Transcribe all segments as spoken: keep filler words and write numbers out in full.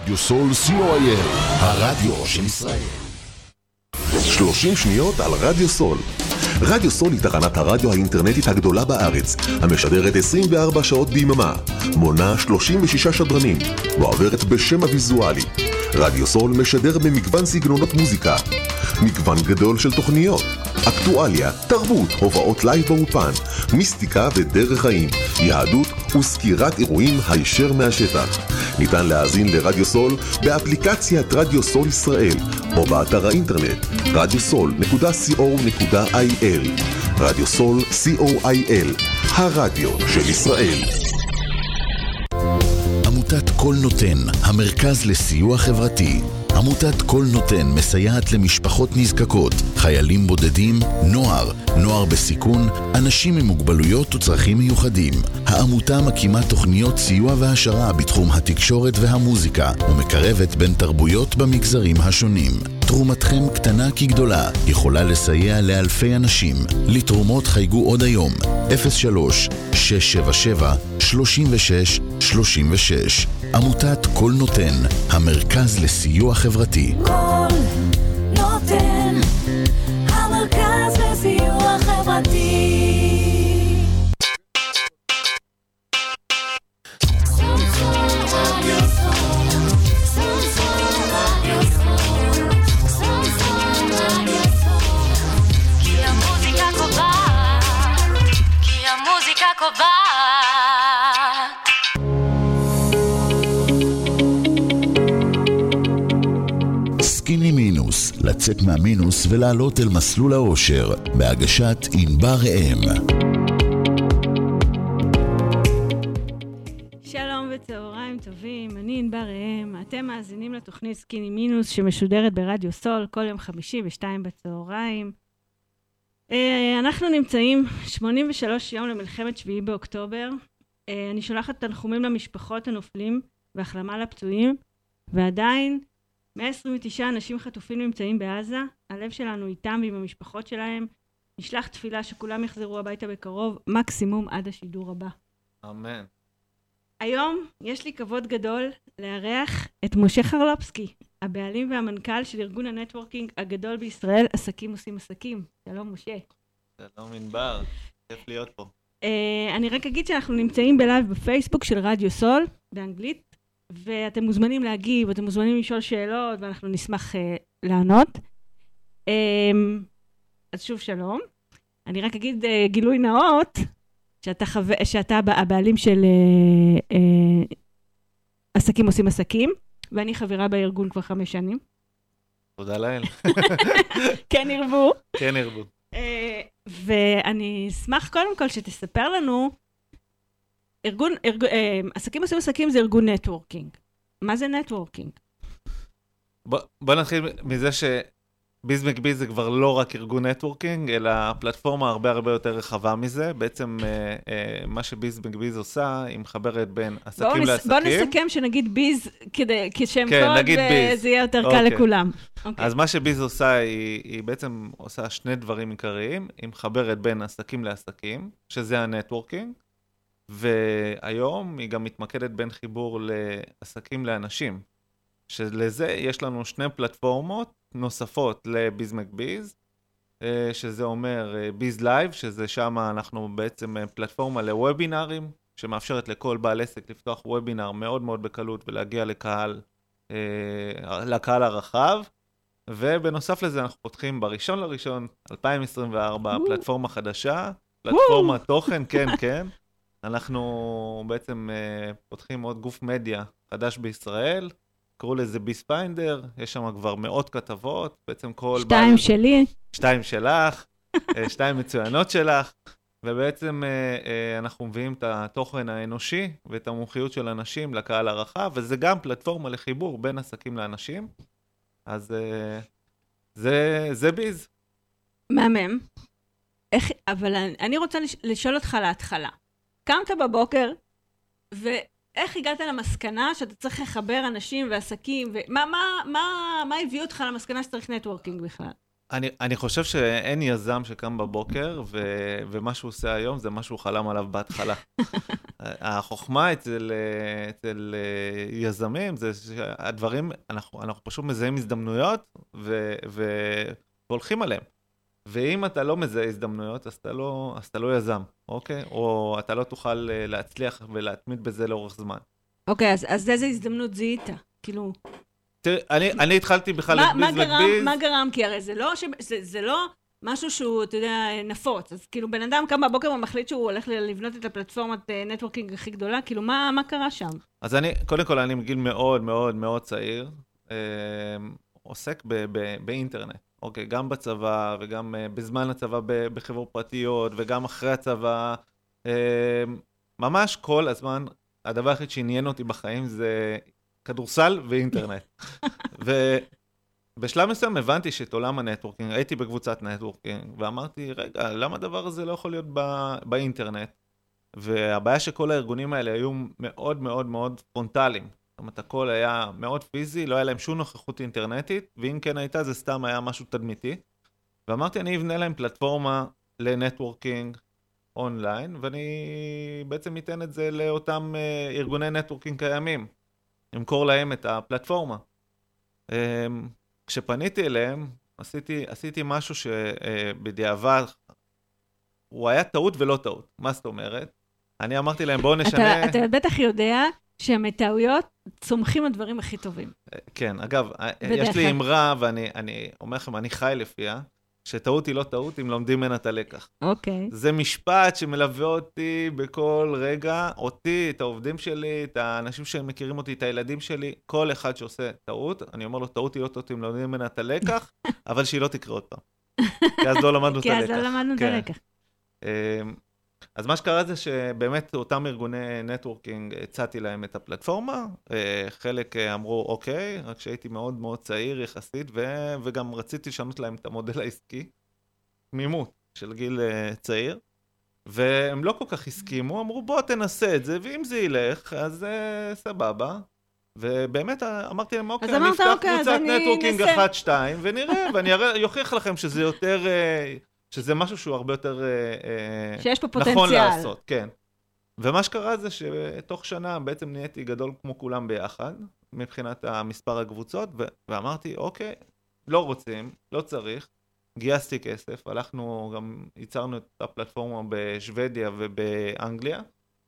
רדיו סול סי או איי אל, הרדיו של ישראל. שלושים שניות על רדיו סול. רדיו סול היא תחנת הרדיו האינטרנטית הגדולה בארץ, המשדרת עשרים וארבע שעות ביממה, מונה שלושים ושישה שדרנים, ועוברת בשם הוויזואלי. רדיו סול משדר במגוון סגנונות מוזיקה, מגוון גדול של תוכניות, אקטואליה, תרבות, הובאות לייב באופן, מיסטיקה ודרך חיים, יהדות וסקירת אירועים הישר מהשטח. ניתן להאזין לרדיו סול באפליקציית רדיו סול ישראל, או באתר האינטרנט רדיו סול נקודה סי או נקודה איי אל. רדיו סול סי או איי אל, הרדיו של ישראל. עמותת כל נותן, המרכז לסיוע חברתי. עמותת כל נותן מסייעת למשפחות נזקקות, חיילים בודדים, נוער, נוער בסיכון, אנשים עם מוגבלויות וצרכים מיוחדים. העמותה מקימה תוכניות סיוע והשרה בתחום התקשורת והמוזיקה, ומקרבת בין תרבויות במגזרים השונים. תרומתכם קטנה כגדולה, יכולה לסייע לאלפי אנשים. לתרומות חייגו עוד היום, אפס שלוש שש שבע שבע שלושים ושש שלושים ושש. עמותת כל נותן, המרכז לסיוע חברתי. כל נותן, המרכז לסיוע חברתי. כי המוזיקה קובעת, כי המוזיקה קובעת. סקיני מינוס, לצאת מהמינוס ולעלות אל מסלול האושר, בהגשת ענבר ראם. שלום וצהריים טובים, אני ענבר ראם, אתם מאזינים לתוכנית סקיני מינוס שמשודרת ברדיו סול כל יום חמישי ושתיים בצהריים. אנחנו נמצאים שמונים ושלוש יום למלחמת שביעי באוקטובר. אני שולחת תנחומים למשפחות הנופלים והחלמה לפצועים, ועדיין מאה עשרים ותשעה אנשים חטופים נמצאים בעזה. הלב שלנו איתם ועם המשפחות שלהם. נשלח תפילה שכולם יחזרו הביתה בקרוב, מקסימום עד השידור הבא. אמן. היום יש לי כבוד גדול לארח את משה חרלופסקי, הבעלים והמנכ"ל של ארגון הנטוורקינג הגדול בישראל, עסקים עושים עסקים. שלום משה. שלום ענבר, כיף להיות פה. Uh, אני רק אגיד שאנחנו נמצאים בלייב בפייסבוק של רדיו סול, באנגלית, ואתם מוזמנים להגיב, אתם מוזמנים לשאול שאלות, ואנחנו נשמח uh, לענות. Uh, אז שוב שלום. אני רק אגיד uh, גילוי נאות, שאתה, חו... שאתה הבעלים של uh, uh, עסקים עושים עסקים, ואני חברה בארגון כבר חמש שנים. תודה לאל. כן ירבו. כן ירבו. Uh, ואני אשמח קודם כל שתספר לנו, ארגון, ארג... uh, עסקים עושים עסקים זה ארגון נטוורקינג. מה זה נטוורקינג? בוא, בוא נתחיל מזה שביז מקביז זה כבר לא רק ארגון נטוורקינג, אלא פלטפורמה הרבה הרבה יותר רחבה מזה. בעצם uh, uh, מה שביז מקביז עושה, היא מחברת בין עסקים בוא לעסקים. בוא נסכם שנגיד ביז כדי, כשם כן, קוד, וזה יהיה יותר קל אוקיי. לכולם. אוקיי. אז מה שביז עושה, היא, היא בעצם עושה שני דברים עיקריים. היא מחברת בין עסקים לעסקים, שזה הנטוורקינג, והיום היא גם מתמקדת בין חיבור לעסקים לאנשים. שלזה יש לנו שני פלטפורמות נוספות לביז מקביז, שזה אומר ביז לייב, שזה שם אנחנו בעצם פלטפורמה לוובינרים, שמאפשרת לכל בעל עסק לפתוח וובינר מאוד מאוד בקלות ולהגיע לקהל, לקהל הרחב. ובנוסף לזה אנחנו פותחים בראשון לראשון אלפיים עשרים וארבע פלטפורמה חדשה, פלטפורמה תוכן, כן, כן. אנחנו בעצם פותחים עוד גוף מדיה חדש בישראל, קראו לזה ביז פיינדר, יש שם כבר מאות כתבות, בעצם כל... שתיים שלי. שתיים שלך, שתיים מצוינות שלך, ובעצם אנחנו מביאים את התוכן האנושי ואת המומחיות של אנשים לקהל הרחב, וזה גם פלטפורמה לחיבור בין עסקים לאנשים. אז זה, זה ביז. מהמם. איך, אבל אני, אני רוצה לשאול אותך להתחלה. קמת בבוקר, ואיך הגעת למסקנה שאתה צריך לחבר אנשים ועסקים, ומה, מה, מה, מה הביא אותך למסקנה שצריך נטוורקינג בכלל? אני, אני חושב שאין יזם שקם בבוקר, ו, ומה שהוא עושה היום זה מה שהוא חלם עליו בהתחלה. החוכמה אצל, אצל יזמים זה שהדברים, אנחנו, אנחנו פשוט מזהים הזדמנויות ו, ו, והולכים עליהם. ואם אתה לא מזהה הזדמנויות, אז אתה לא, אז אתה לא יזם, אוקיי? או אתה לא תוכל להצליח ולהתמיד בזה לאורך זמן. אוקיי, אז, אז איזה הזדמנות זיהית? כאילו... תראי, אני, אני התחלתי בכלל את ביז לגביז. מה גרם? כי הרי זה לא, זה, זה לא משהו שהוא, אתה יודע, נפוץ. אז כאילו, בן אדם קם בבוקר ומחליט שהוא הולך לבנות את הפלטפורמת נטוורקינג הכי גדולה, כאילו, מה, מה קרה שם? אז אני, קודם כל, אני מגיל מאוד מאוד מאוד צעיר, אה, עוסק ב, ב, באינטרנט. אוקיי, גם בצבא וגם אה, בזמן הצבא ב, בחברות פרטיות, וגם אחרי הצבא. אה, ממש כל הזמן, הדבר הכי שעניין אותי בחיים זה... כדורסל ואינטרנט. ובשלב מסוים הבנתי שאת עולם הנטוורקינג, הייתי בקבוצת נטוורקינג, ואמרתי, רגע, למה הדבר הזה לא יכול להיות בא, באינטרנט? והבעיה שכל הארגונים האלה היו מאוד מאוד מאוד פרונטליים. זאת אומרת, הכל היה מאוד פיזי, לא היה להם שום נוכחות אינטרנטית, ואם כן הייתה, זה סתם היה משהו תדמיתי. ואמרתי, אני אבנה להם פלטפורמה לנטוורקינג אונליין, ואני בעצם אתן את זה לאותם ארגוני נטוורקינג קיימים. למכור להם את הפלטפורמה. כשפניתי אליהם, עשיתי, עשיתי משהו שבדיעבד, הוא היה טעות ולא טעות. מה זאת אומרת? אני אמרתי להם, בואו נשנה... אתה, אתה בטח יודע שמטעויות צומחים הדברים הכי טובים. כן, אגב, יש לי אמרה, ואני אני אומר לכם, אני חי לפיה, שטעות היא לא טעות, אם לומדים ממנה את הלקח. אוקיי. זה משפט שמלווה אותי בכל רגע, אותי, את העובדים שלי, את האנשים שמכירים אותי, את הילדים שלי, כל אחד שעושה טעות, אני אומר לו, טעות היא לא טעות, אם לומדים ממנה את הלקח, אבל שהיא לא תקרה עוד פעם. כי אז לא למדנו את הלקח. כי אז לא למדנו את הלקח. אז מה שקרה זה שבאמת אותם ארגוני נטוורקינג הצעתי להם את הפלטפורמה, חלק אמרו אוקיי, רק שהייתי מאוד מאוד צעיר יחסית, ו- וגם רציתי לשנות להם את המודל העסקי, תמימות של גיל צעיר, והם לא כל כך הסכימו, אמרו בוא תנסה את זה, ואם זה ילך, אז סבבה, ובאמת אמרתי להם אוקיי, אני אפתח קבוצת נטוורקינג אחת, שתיים, ונראה, ואני אוכיח לכם שזה יותר... שזה משהו שהוא הרבה יותר שיש פה נכון פוטנציאל. לעשות, כן. ומה שקרה זה שתוך שנה בעצם נהייתי גדול כמו כולם ביחד, מבחינת המספר הקבוצות, ו- ואמרתי, אוקיי, לא רוצים, לא צריך, גייסתי כסף, הלכנו, גם ייצרנו את הפלטפורמה בשוודיה ובאנגליה,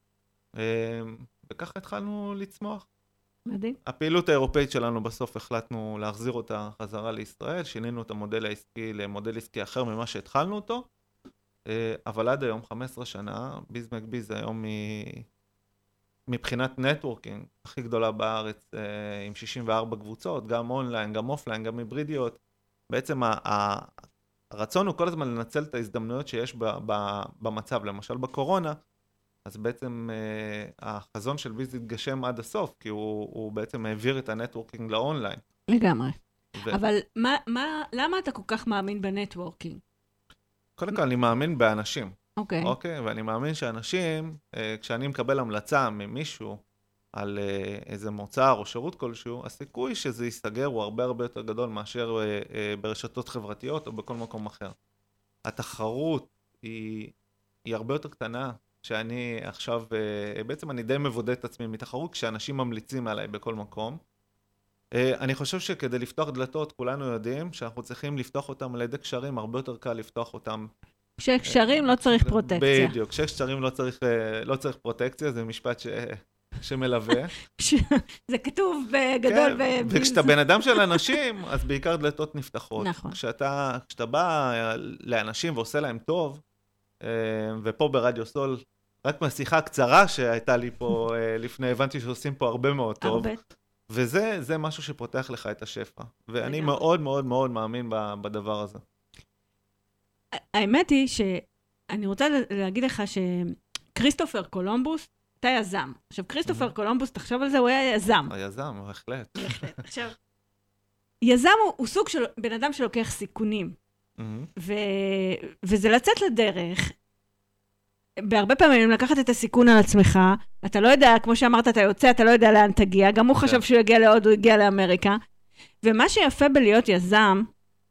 וככה התחלנו לצמוח. מדהים. הפעילות האירופאית שלנו בסוף החלטנו להחזיר אותה חזרה לישראל, שינינו את המודל העסקי למודל עסקי אחר ממה שהתחלנו אותו, אבל עד היום, חמש עשרה שנה, ביז מקביז היום מבחינת נטוורקינג הכי גדולה בארץ, עם שישים וארבע קבוצות, גם אונליין, גם אופליין, גם היברידיות. בעצם הרצון הוא כל הזמן לנצל את ההזדמנויות שיש במצב, למשל בקורונה, אז בעצם uh, החזון של ביז התגשם עד הסוף, כי הוא, הוא בעצם העביר את הנטוורקינג לאונליין. לגמרי. ו... אבל מה, מה, למה אתה כל כך מאמין בנטוורקינג? קודם כל, אני מאמין באנשים. אוקיי. אוקיי? ואני מאמין שאנשים, uh, כשאני מקבל המלצה ממישהו על uh, איזה מוצר או שירות כלשהו, הסיכוי שזה ייסגר הוא הרבה הרבה יותר גדול מאשר uh, uh, ברשתות חברתיות או בכל מקום אחר. התחרות היא, היא הרבה יותר קטנה. שאני עכשיו, בעצם אני די מבודד את עצמי מתחרות, כשאנשים ממליצים עליי בכל מקום. אני חושב שכדי לפתוח דלתות, כולנו יודעים שאנחנו צריכים לפתוח אותם על ידי קשרים, הרבה יותר קל לפתוח אותם. כשקשרים לא צריך פרוטקציה. בדיוק, כשקשרים לא צריך, לא צריך פרוטקציה, זה משפט ש... שמלווה. זה כתוב בגדול. כן, וכשאתה בן אדם של אנשים, אז בעיקר דלתות נפתחות. נכון. כשאתה, כשאתה בא לאנשים ועושה להם טוב, ופה ברדיו סול, רק מהשיחה הקצרה שהייתה לי פה לפני, הבנתי שעושים פה הרבה מאוד טוב. הרבה. וזה זה משהו שפותח לך את השפע. ואני מאוד מאוד מאוד מאמין בדבר הזה. האמת היא שאני רוצה להגיד לך שקריסטופר קולומבוס, אתה יזם. עכשיו, כריסטופר קולומבוס, תחשוב על זה, הוא היה יזם. היזם, בהחלט. בהחלט. עכשיו, יזם הוא, הוא סוג של בן אדם שלוקח סיכונים. ו... וזה לצאת לדרך, בהרבה פעמים לקחת את הסיכון על עצמך, אתה לא יודע, כמו שאמרת, אתה יוצא, אתה לא יודע לאן תגיע, גם הוא חשב שהוא יגיע לעוד, הוא הגיע לאמריקה, ומה שיפה בלהיות יזם,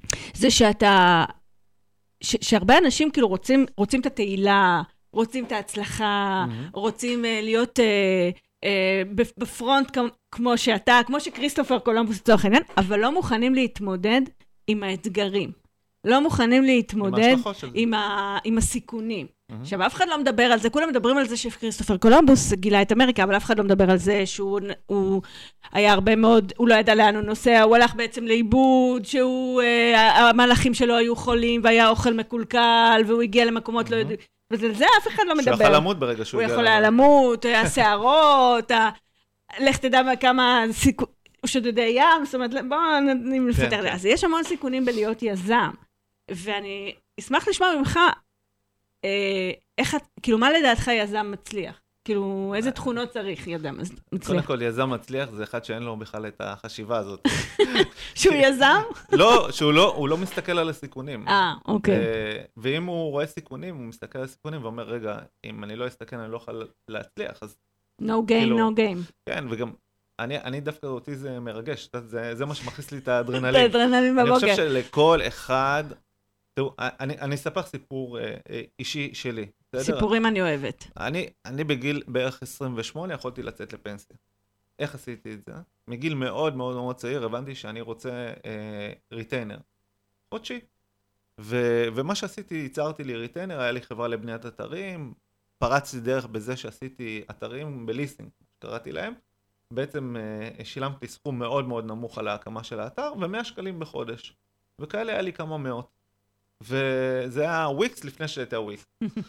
זה שאתה, ש, שהרבה אנשים כאילו רוצים, רוצים את התהילה, רוצים את ההצלחה, mm-hmm. רוצים uh, להיות uh, uh, בפרונט כמו, כמו שאתה, כמו שקריסטופר קולומבוס לצורך העניין, אבל לא מוכנים להתמודד עם האתגרים. לא מוכנים להתמודד עם, עם, ה, עם הסיכונים. Mm-hmm. עכשיו, אף אחד לא מדבר על זה, כולם מדברים על זה שכריסטופר קולומבוס גילה את אמריקה, אבל אף אחד לא מדבר על זה שהוא הוא היה הרבה מאוד, הוא לא ידע לאן הוא נוסע, הוא הלך בעצם לאיבוד, שהוא, אה, המלאכים שלו היו חולים, והיה אוכל מקולקל, והוא הגיע למקומות mm-hmm. לא יודעים. וזה זה אף אחד לא מדבר. שהוא יכול למות ברגע שהוא הגיע. הוא יכול למות, השערות, ה... לך תדע כמה סיכונים, שודדי ים, זאת אומרת, בואו נפתח את זה. אז יש המון סיכונים בלהיות יזם. ואני אשמח לשמוע ממך, אה, איך, כאילו, מה לדעתך יזם מצליח? כאילו, איזה תכונות צריך יזם מצליח? קודם כל, יזם מצליח זה אחד שאין לו בכלל את החשיבה הזאת. שהוא יזם? לא, שהוא לא, הוא לא מסתכל על הסיכונים. אה, אוקיי. ואם הוא רואה סיכונים, הוא מסתכל על הסיכונים ואומר, רגע, אם אני לא אסתכל, אני לא יכול להצליח, אז... No game, no game. כן, וגם... אני, אני דווקא אותי זה מרגש, זה, זה מה שמכניס לי את האדרנלין. את האדרנלין בבוקר. אני חושב שלכל אחד, תראו, אני, אני אספר סיפור אה, אישי שלי. סיפורים אני אוהבת. אני, אני בגיל בערך עשרים ושמונה יכולתי לצאת לפנסיה. איך עשיתי את זה? מגיל מאוד מאוד מאוד צעיר הבנתי שאני רוצה אה, ריטיינר. חודשי. ו, ומה שעשיתי, ייצרתי לי ריטיינר, היה לי חברה לבניית אתרים, פרצתי דרך בזה שעשיתי אתרים בליסינג, קראתי להם. בעצם uh, שילמתי סכום מאוד מאוד נמוך על ההקמה של האתר, ו-מאה שקלים בחודש. וכאלה היה לי כמה מאות. וזה היה וויקס לפני שהייתה וויקס.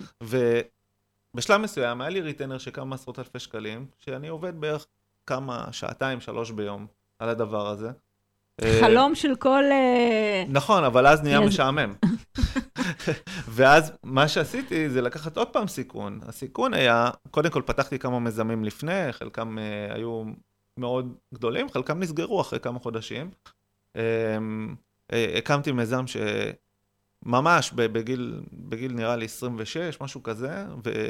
ובשלב מסוים היה לי ריטיינר של כמה עשרות אלפי שקלים, שאני עובד בערך כמה שעתיים, שלוש ביום על הדבר הזה. חלום של כל... נכון, אבל אז נהיה משעמם. ואז מה שעשיתי זה לקחת עוד פעם סיכון. הסיכון היה, קודם כל פתחתי כמה מזמים לפני, חלקם uh, היו מאוד גדולים, חלקם נסגרו אחרי כמה חודשים. Um, uh, הקמתי מזם שממש בגיל, בגיל נראה לי עשרים ושש, משהו כזה,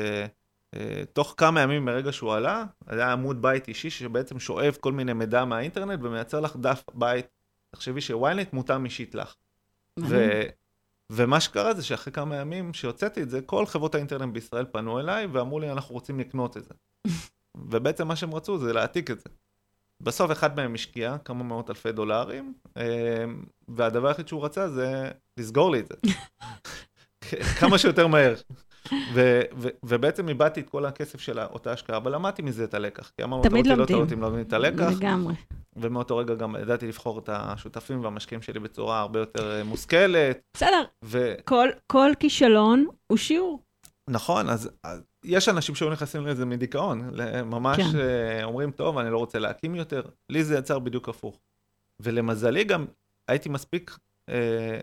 ותוך uh, כמה ימים מרגע שהוא עלה, היה עמוד בית אישי שבעצם שואב כל מיני מידע מהאינטרנט ומייצר לך דף בית. תחשבי שוויינט מותאם אישית לך. ו... ומה שקרה זה שאחרי כמה ימים שהוצאתי את זה, כל חברות האינטרנט בישראל פנו אליי ואמרו לי, אנחנו רוצים לקנות את זה. ובעצם מה שהם רצו זה להעתיק את זה. בסוף אחד מהם השקיע כמה מאות אלפי דולרים, והדבר היחיד שהוא רצה זה לסגור לי את זה. כמה שיותר מהר. ו- ו- ובעצם איבדתי את כל הכסף של אותה השקעה, אבל למדתי מזה את הלקח. כי אמרנו, תמיד לא לומדים. טעות אם לא מבין את הלקח. לגמרי. ומאותו רגע גם ידעתי לבחור את השותפים והמשקיעים שלי בצורה הרבה יותר מושכלת. בסדר. ו... כל, כל כישלון הוא שיעור. נכון, אז, אז יש אנשים שהיו נכנסים לזה מדיכאון. ממש כן. אומרים, טוב, אני לא רוצה להקים יותר. לי זה יצר בדיוק הפוך. ולמזלי גם הייתי מספיק, אה,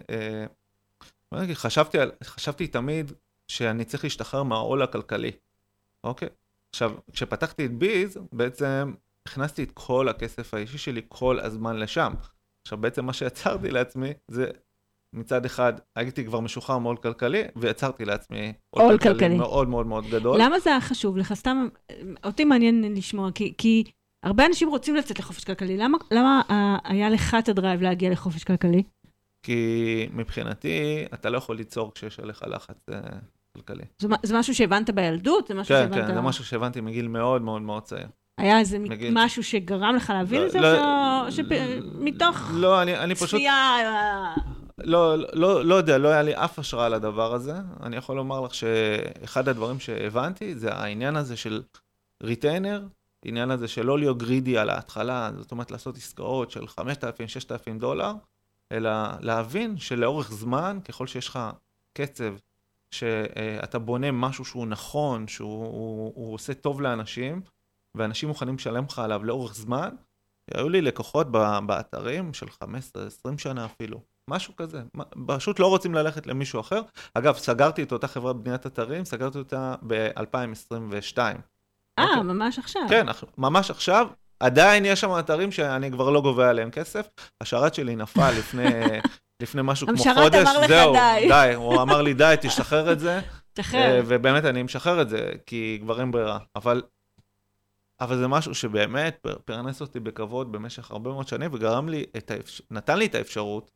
אה, חשבתי, על, חשבתי תמיד שאני צריך להשתחרר מהעול הכלכלי. אוקיי? עכשיו, כשפתחתי את ביז, בעצם הכנסתי את כל הכסף האישי שלי כל הזמן לשם. עכשיו, בעצם מה שיצרתי לעצמי, זה מצד אחד, הייתי כבר משוחרר מעול כלכלי, ויצרתי לעצמי עול כלכלי, כלכלי מאוד מאוד מאוד גדול. למה זה היה חשוב לך? סתם, אותי מעניין לשמוע, כי, כי הרבה אנשים רוצים לצאת לחופש כלכלי. למה, למה היה לך את הדרייב להגיע לחופש כלכלי? כי מבחינתי, אתה לא יכול ליצור כשיש עליך לחץ כלכלי. זה, זה משהו שהבנת בילדות? זה משהו כן, שהבנת... כן, זה משהו שהבנתי מגיל מאוד מאוד מאוד צעיר. היה איזה מגיל... משהו שגרם לך להבין את זה? לא, שפ... מתוך לא, אני, אני פשוט... צפייה... לא, לא, לא יודע, לא היה לי אף השראה על הדבר הזה. אני יכול לומר לך שאחד הדברים שהבנתי זה העניין הזה של ריטיינר, העניין הזה של לא להיות גרידי על ההתחלה, זאת אומרת לעשות עסקאות של חמשת אלפים, ששת אלפים דולר, אלא להבין שלאורך זמן, ככל שיש לך קצב, שאתה בונה משהו שהוא נכון, שהוא הוא, הוא עושה טוב לאנשים, ואנשים מוכנים לשלם לך עליו לאורך זמן, היו לי לקוחות באתרים של חמש עשרה עשרים שנה אפילו, משהו כזה. פשוט לא רוצים ללכת למישהו אחר. אגב, סגרתי את אותה חברת בניית אתרים, סגרתי אותה ב-אלפיים עשרים ושתיים. אה, ממש עכשיו. כן, ממש עכשיו. עדיין יש שם אתרים שאני כבר לא גובה עליהם כסף. השרת שלי נפל לפני... לפני משהו כמו חודש, זהו, די, הוא אמר לי, די, תשחרר את זה, תשחרר. ובאמת אני משחרר את זה, כי כבר אין ברירה, אבל, אבל זה משהו שבאמת פרנס אותי בכבוד במשך הרבה מאוד שנים, וגרם לי, את האפשר... נתן לי את האפשרות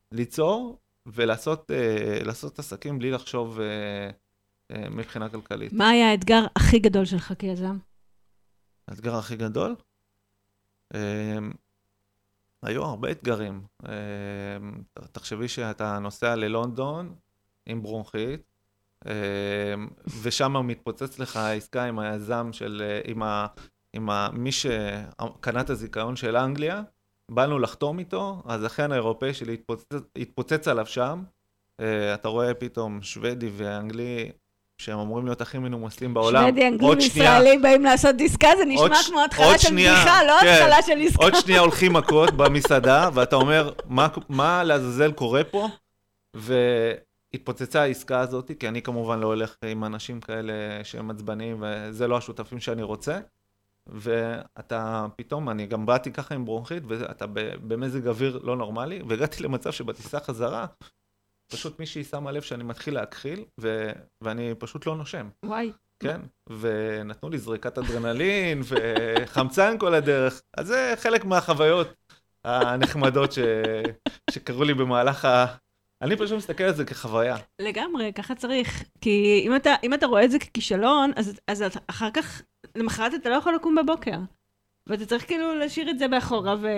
ליצור ולעשות אה, לעשות עסקים בלי לחשוב אה, אה, מבחינה כלכלית. מה היה האתגר הכי גדול שלך כיזם? האתגר הכי גדול? אה, היו הרבה אתגרים. אה, תחשבי שאתה נוסע ללונדון עם ברונכית, אה, ושם מתפוצץ לך העסקה עם היזם של, עם, ה, עם ה, מי שקנה את הזיכיון של אנגליה, באנו לחתום איתו, אז אכן האירופאי שלי התפוצץ, התפוצץ עליו שם. אה, אתה רואה פתאום שוודי ואנגלי, שהם אמורים להיות הכי מנומסים בעולם. שוודי, אנגלים ישראלים באים לעשות דיסקה, זה נשמע כמו התחלה של בדיחה, לא התחלה של עסקה. עוד שנייה הולכים מכות במסעדה, ואתה אומר, מה לעזאזל קורה פה? והתפוצצה העסקה הזאת, כי אני כמובן לא הולך עם אנשים כאלה שהם מצבנים, וזה לא השותפים שאני רוצה. ואתה פתאום, אני גם באתי ככה עם ברונכית, ואתה במזג אוויר לא נורמלי, והגעתי למצב שבטיסה חזרה, פשוט מישהי שמה לב שאני מתחיל להכחיל, ו... ואני פשוט לא נושם. וואי. כן, ונתנו לי זריקת אדרנלין, וחמצן כל הדרך. אז זה חלק מהחוויות הנחמדות ש... שקרו לי במהלך ה... אני פשוט מסתכל על זה כחוויה. לגמרי, ככה צריך. כי אם אתה, אם אתה רואה את זה ככישלון, אז, אז אחר כך, למחרת אתה לא יכול לקום בבוקר. ואתה צריך כאילו להשאיר את זה באחורה, ו...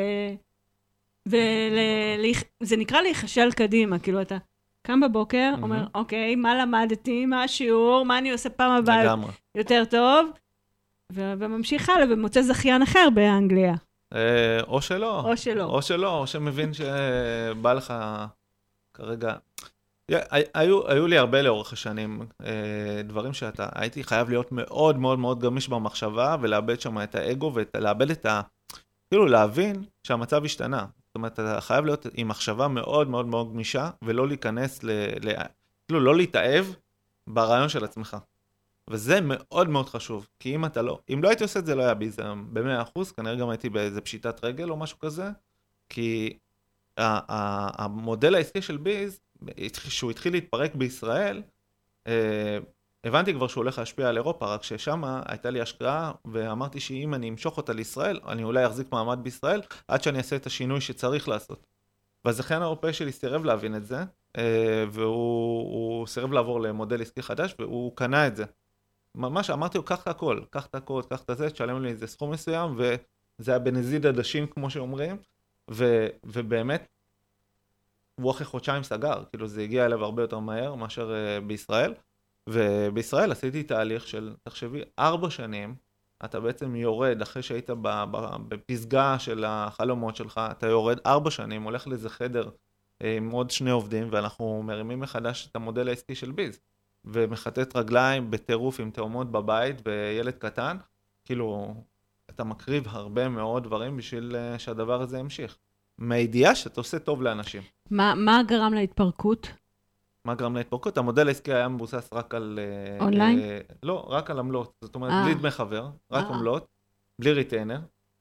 וזה נקרא להיחשל קדימה, כאילו אתה קם בבוקר, mm-hmm. אומר, אוקיי, מה למדתי, מה השיעור, מה אני עושה פעם הבאה יותר טוב, ו- וממשיך הלאה ומוצא זכיין אחר באנגליה. אה, או שלא. או שלא. או שלא, או שמבין שבא לך כרגע... היו, היו לי הרבה לאורך השנים דברים שאתה, הייתי חייב להיות מאוד מאוד מאוד גמיש במחשבה, ולאבד שם את האגו, ולאבד את ה... כאילו להבין שהמצב השתנה. זאת אומרת, אתה חייב להיות עם מחשבה מאוד מאוד מאוד גמישה, ולא להיכנס, ל... ל... כאילו לא להתאהב ברעיון של עצמך. וזה מאוד מאוד חשוב, כי אם אתה לא, אם לא הייתי עושה את זה, לא היה בי, זה ב-מאה אחוז, כנראה גם הייתי באיזה פשיטת רגל או משהו כזה, כי המודל העסקי של ביז, שהוא התחיל להתפרק בישראל, הבנתי כבר שהוא הולך להשפיע על אירופה, רק ששם הייתה לי השקעה, ואמרתי שאם אני אמשוך אותה לישראל, אני אולי אחזיק מעמד בישראל, עד שאני אעשה את השינוי שצריך לעשות. והזכיין האירופאי שלי סירב להבין את זה, והוא סירב לעבור למודל עסקי חדש, והוא קנה את זה. ממש אמרתי לו, קח את הכל, קח את הכל, קח את זה, תשלם לי איזה סכום מסוים, וזה היה בנזיד עדשים, כמו שאומרים, ו, ובאמת, הוא אחרי חודשיים סגר, כאילו זה הגיע אליו הרבה יותר מהר מאשר uh, בישראל, ובישראל עשיתי תהליך של, תחשבי, ארבע שנים, אתה בעצם יורד, אחרי שהיית בפסגה של החלומות שלך, אתה יורד ארבע שנים, הולך לאיזה חדר עם עוד שני עובדים, ואנחנו מרימים מחדש את המודל העסקי של ביז, ומחטט רגליים בטירוף עם תאומות בבית, וילד קטן, כאילו, אתה מקריב הרבה מאוד דברים בשביל שהדבר הזה ימשיך. מהידיעה שאתה עושה טוב לאנשים. מה, מה גרם להתפרקות? מה גרם להתפרקות? המודל העסקי היה מבוסס רק על... אונליין? אה, לא, רק על עמלות. זאת אומרת, 아. בלי דמי חבר, רק 아. עמלות, בלי ריטיינר.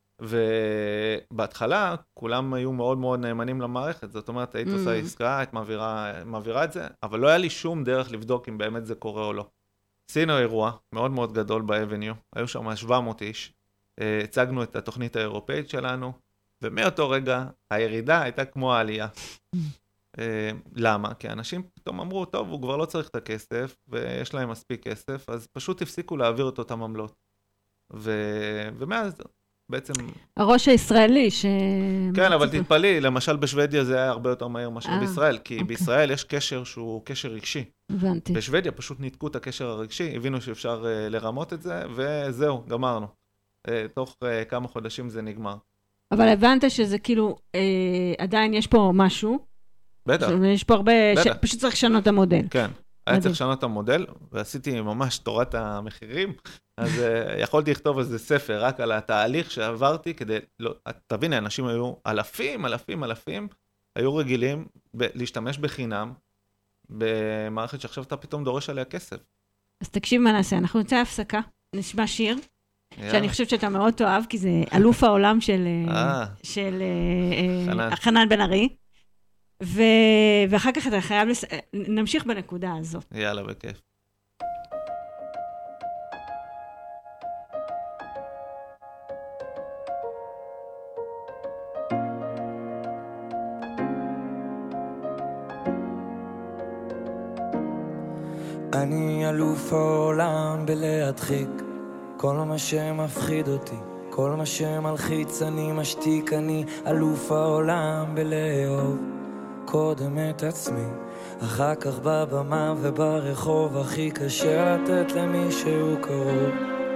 ובהתחלה, כולם היו מאוד מאוד נאמנים למערכת. זאת אומרת, היית mm. עושה עסקה, היית מעבירה, מעבירה את זה, אבל לא היה לי שום דרך לבדוק אם באמת זה קורה או לא. עשינו אירוע מאוד מאוד גדול באבניו, היו שם שבע מאות איש, הצגנו את התוכנית האירופאית שלנו, ומאותו רגע הירידה הייתה כמו העלייה. למה? כי אנשים פתאום אמרו, טוב, הוא כבר לא צריך את הכסף, ויש להם מספיק כסף, אז פשוט הפסיקו להעביר את אותם עמלות. ו... ומאז בעצם... הראש הישראלי ש... כן, אבל תתפלאי, למשל בשוודיה זה היה הרבה יותר מהר מאשר בישראל, כי בישראל יש קשר שהוא קשר רגשי. הבנתי. בשוודיה פשוט ניתקו את הקשר הרגשי, הבינו שאפשר לרמות את זה, וזהו, גמרנו. תוך כמה חודשים זה נגמר. אבל הבנת שזה כאילו, עדיין יש פה משהו. בטח. יש פה הרבה, פשוט צריך לשנות את המודל. כן. היה צריך לשנות את המודל, ועשיתי ממש תורת המחירים, אז יכולתי לכתוב איזה ספר רק על התהליך שעברתי, כדי, לא, תביני, אנשים היו אלפים, אלפים, אלפים, היו רגילים ב- להשתמש בחינם, במערכת שעכשיו אתה פתאום דורש עליה כסף. אז תקשיב מה נעשה, אנחנו נצא הפסקה, נשמע שיר, שאני חושבת שאתה מאוד תאהב, כי זה אלוף העולם של, של חנן בן ארי, ו... ואחר כך אתה חייב לס... נמשיך בנקודה הזאת. יאללה, בכיף. אני אלוף העולם בלהדחיק כל מה שמפחיד אותי, כל מה שמלחיץ אני משתיק. אני אלוף העולם בלאהוב קודם את עצמי, אחר כך בבמה וברחוב הכי קשה לתת למישהו קרוב.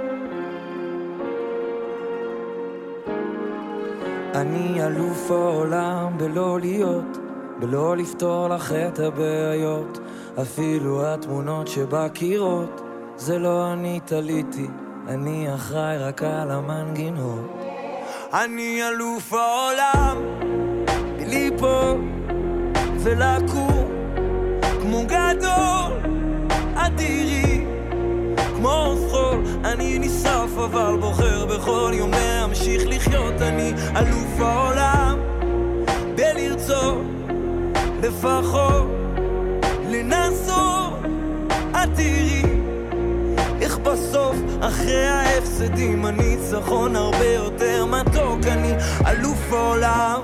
אני אלוף העולם בלא להיות, בלא לפתור לך את הבעיות, אפילו התמונות שבקירות זה לא אני תליתי, אני אחראי רק על המנגינות. אני אלוף העולם בליפול ולקום כמו גדול אדירי, כמו חול. אני נשרף אבל בוחר בכל יום להמשיך לחיות. אני אלוף העולם בלרצות לפחות לנסות. אדירי איך בסוף אחרי ההפסדים הניצחון הרבה יותר מתוק. אני אלוף העולם.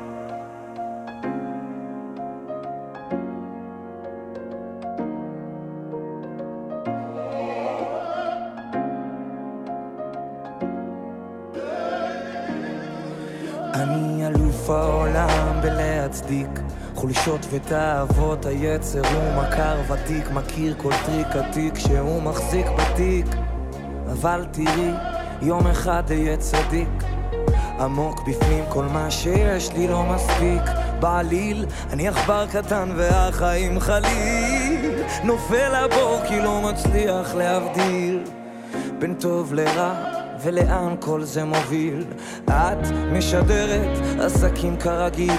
אני אלוף העולם בלהצדיק חולשות ותאוות היצר. הוא מכר ותיק, מכיר כל טריק עתיק שהוא מחזיק בתיק. אבל תראי, יום אחד יהיה צדיק. עמוק בפנים כל מה שיש לי לא מספיק. בעליל, אני אכבר קטן והחיים חליל. נופל הבור כי לא מצליח להבדיל בין טוב לרע ולאן כל זה מוביל. את משדרת עסקים כרגיל,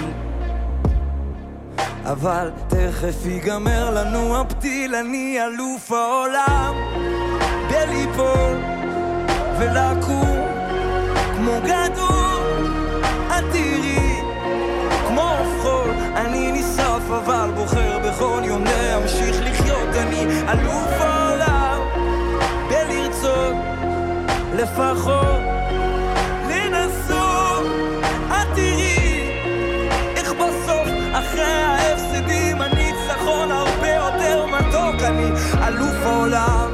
אבל תכף ייגמר לנו הפתיל. אני אלוף העולם בליפול ולקום כמו גדול אדירי, כמו חול. אני נשרף אבל בוחר בכל יום להמשיך לחיות. אני אלוף העולם בלרצות לפחות לנסות. אדירי איך בסוף אחרי ההפסדים הניצחון הרבה יותר מתוק. אני אלוף העולם.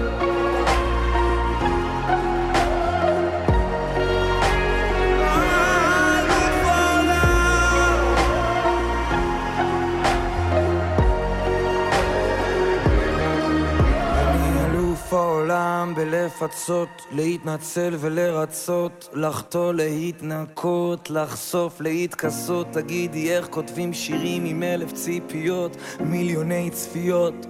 העולם בלפצות, להתנצל ולרצות, לחתור להתנקות, לחשוף להתכסות. תגידי איך כותבים שירים עם אלף ציפיות, מיליוני צפיות.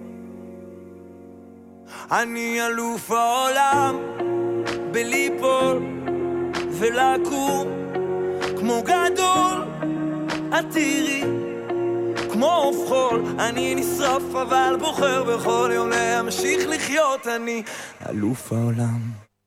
אני אלוף העולם בליפול ולקום כמו גדול אדירי, כמו חול. אני נשרף אבל בוחר בכל יום להמשיך לחיות. אני אלוף העולם.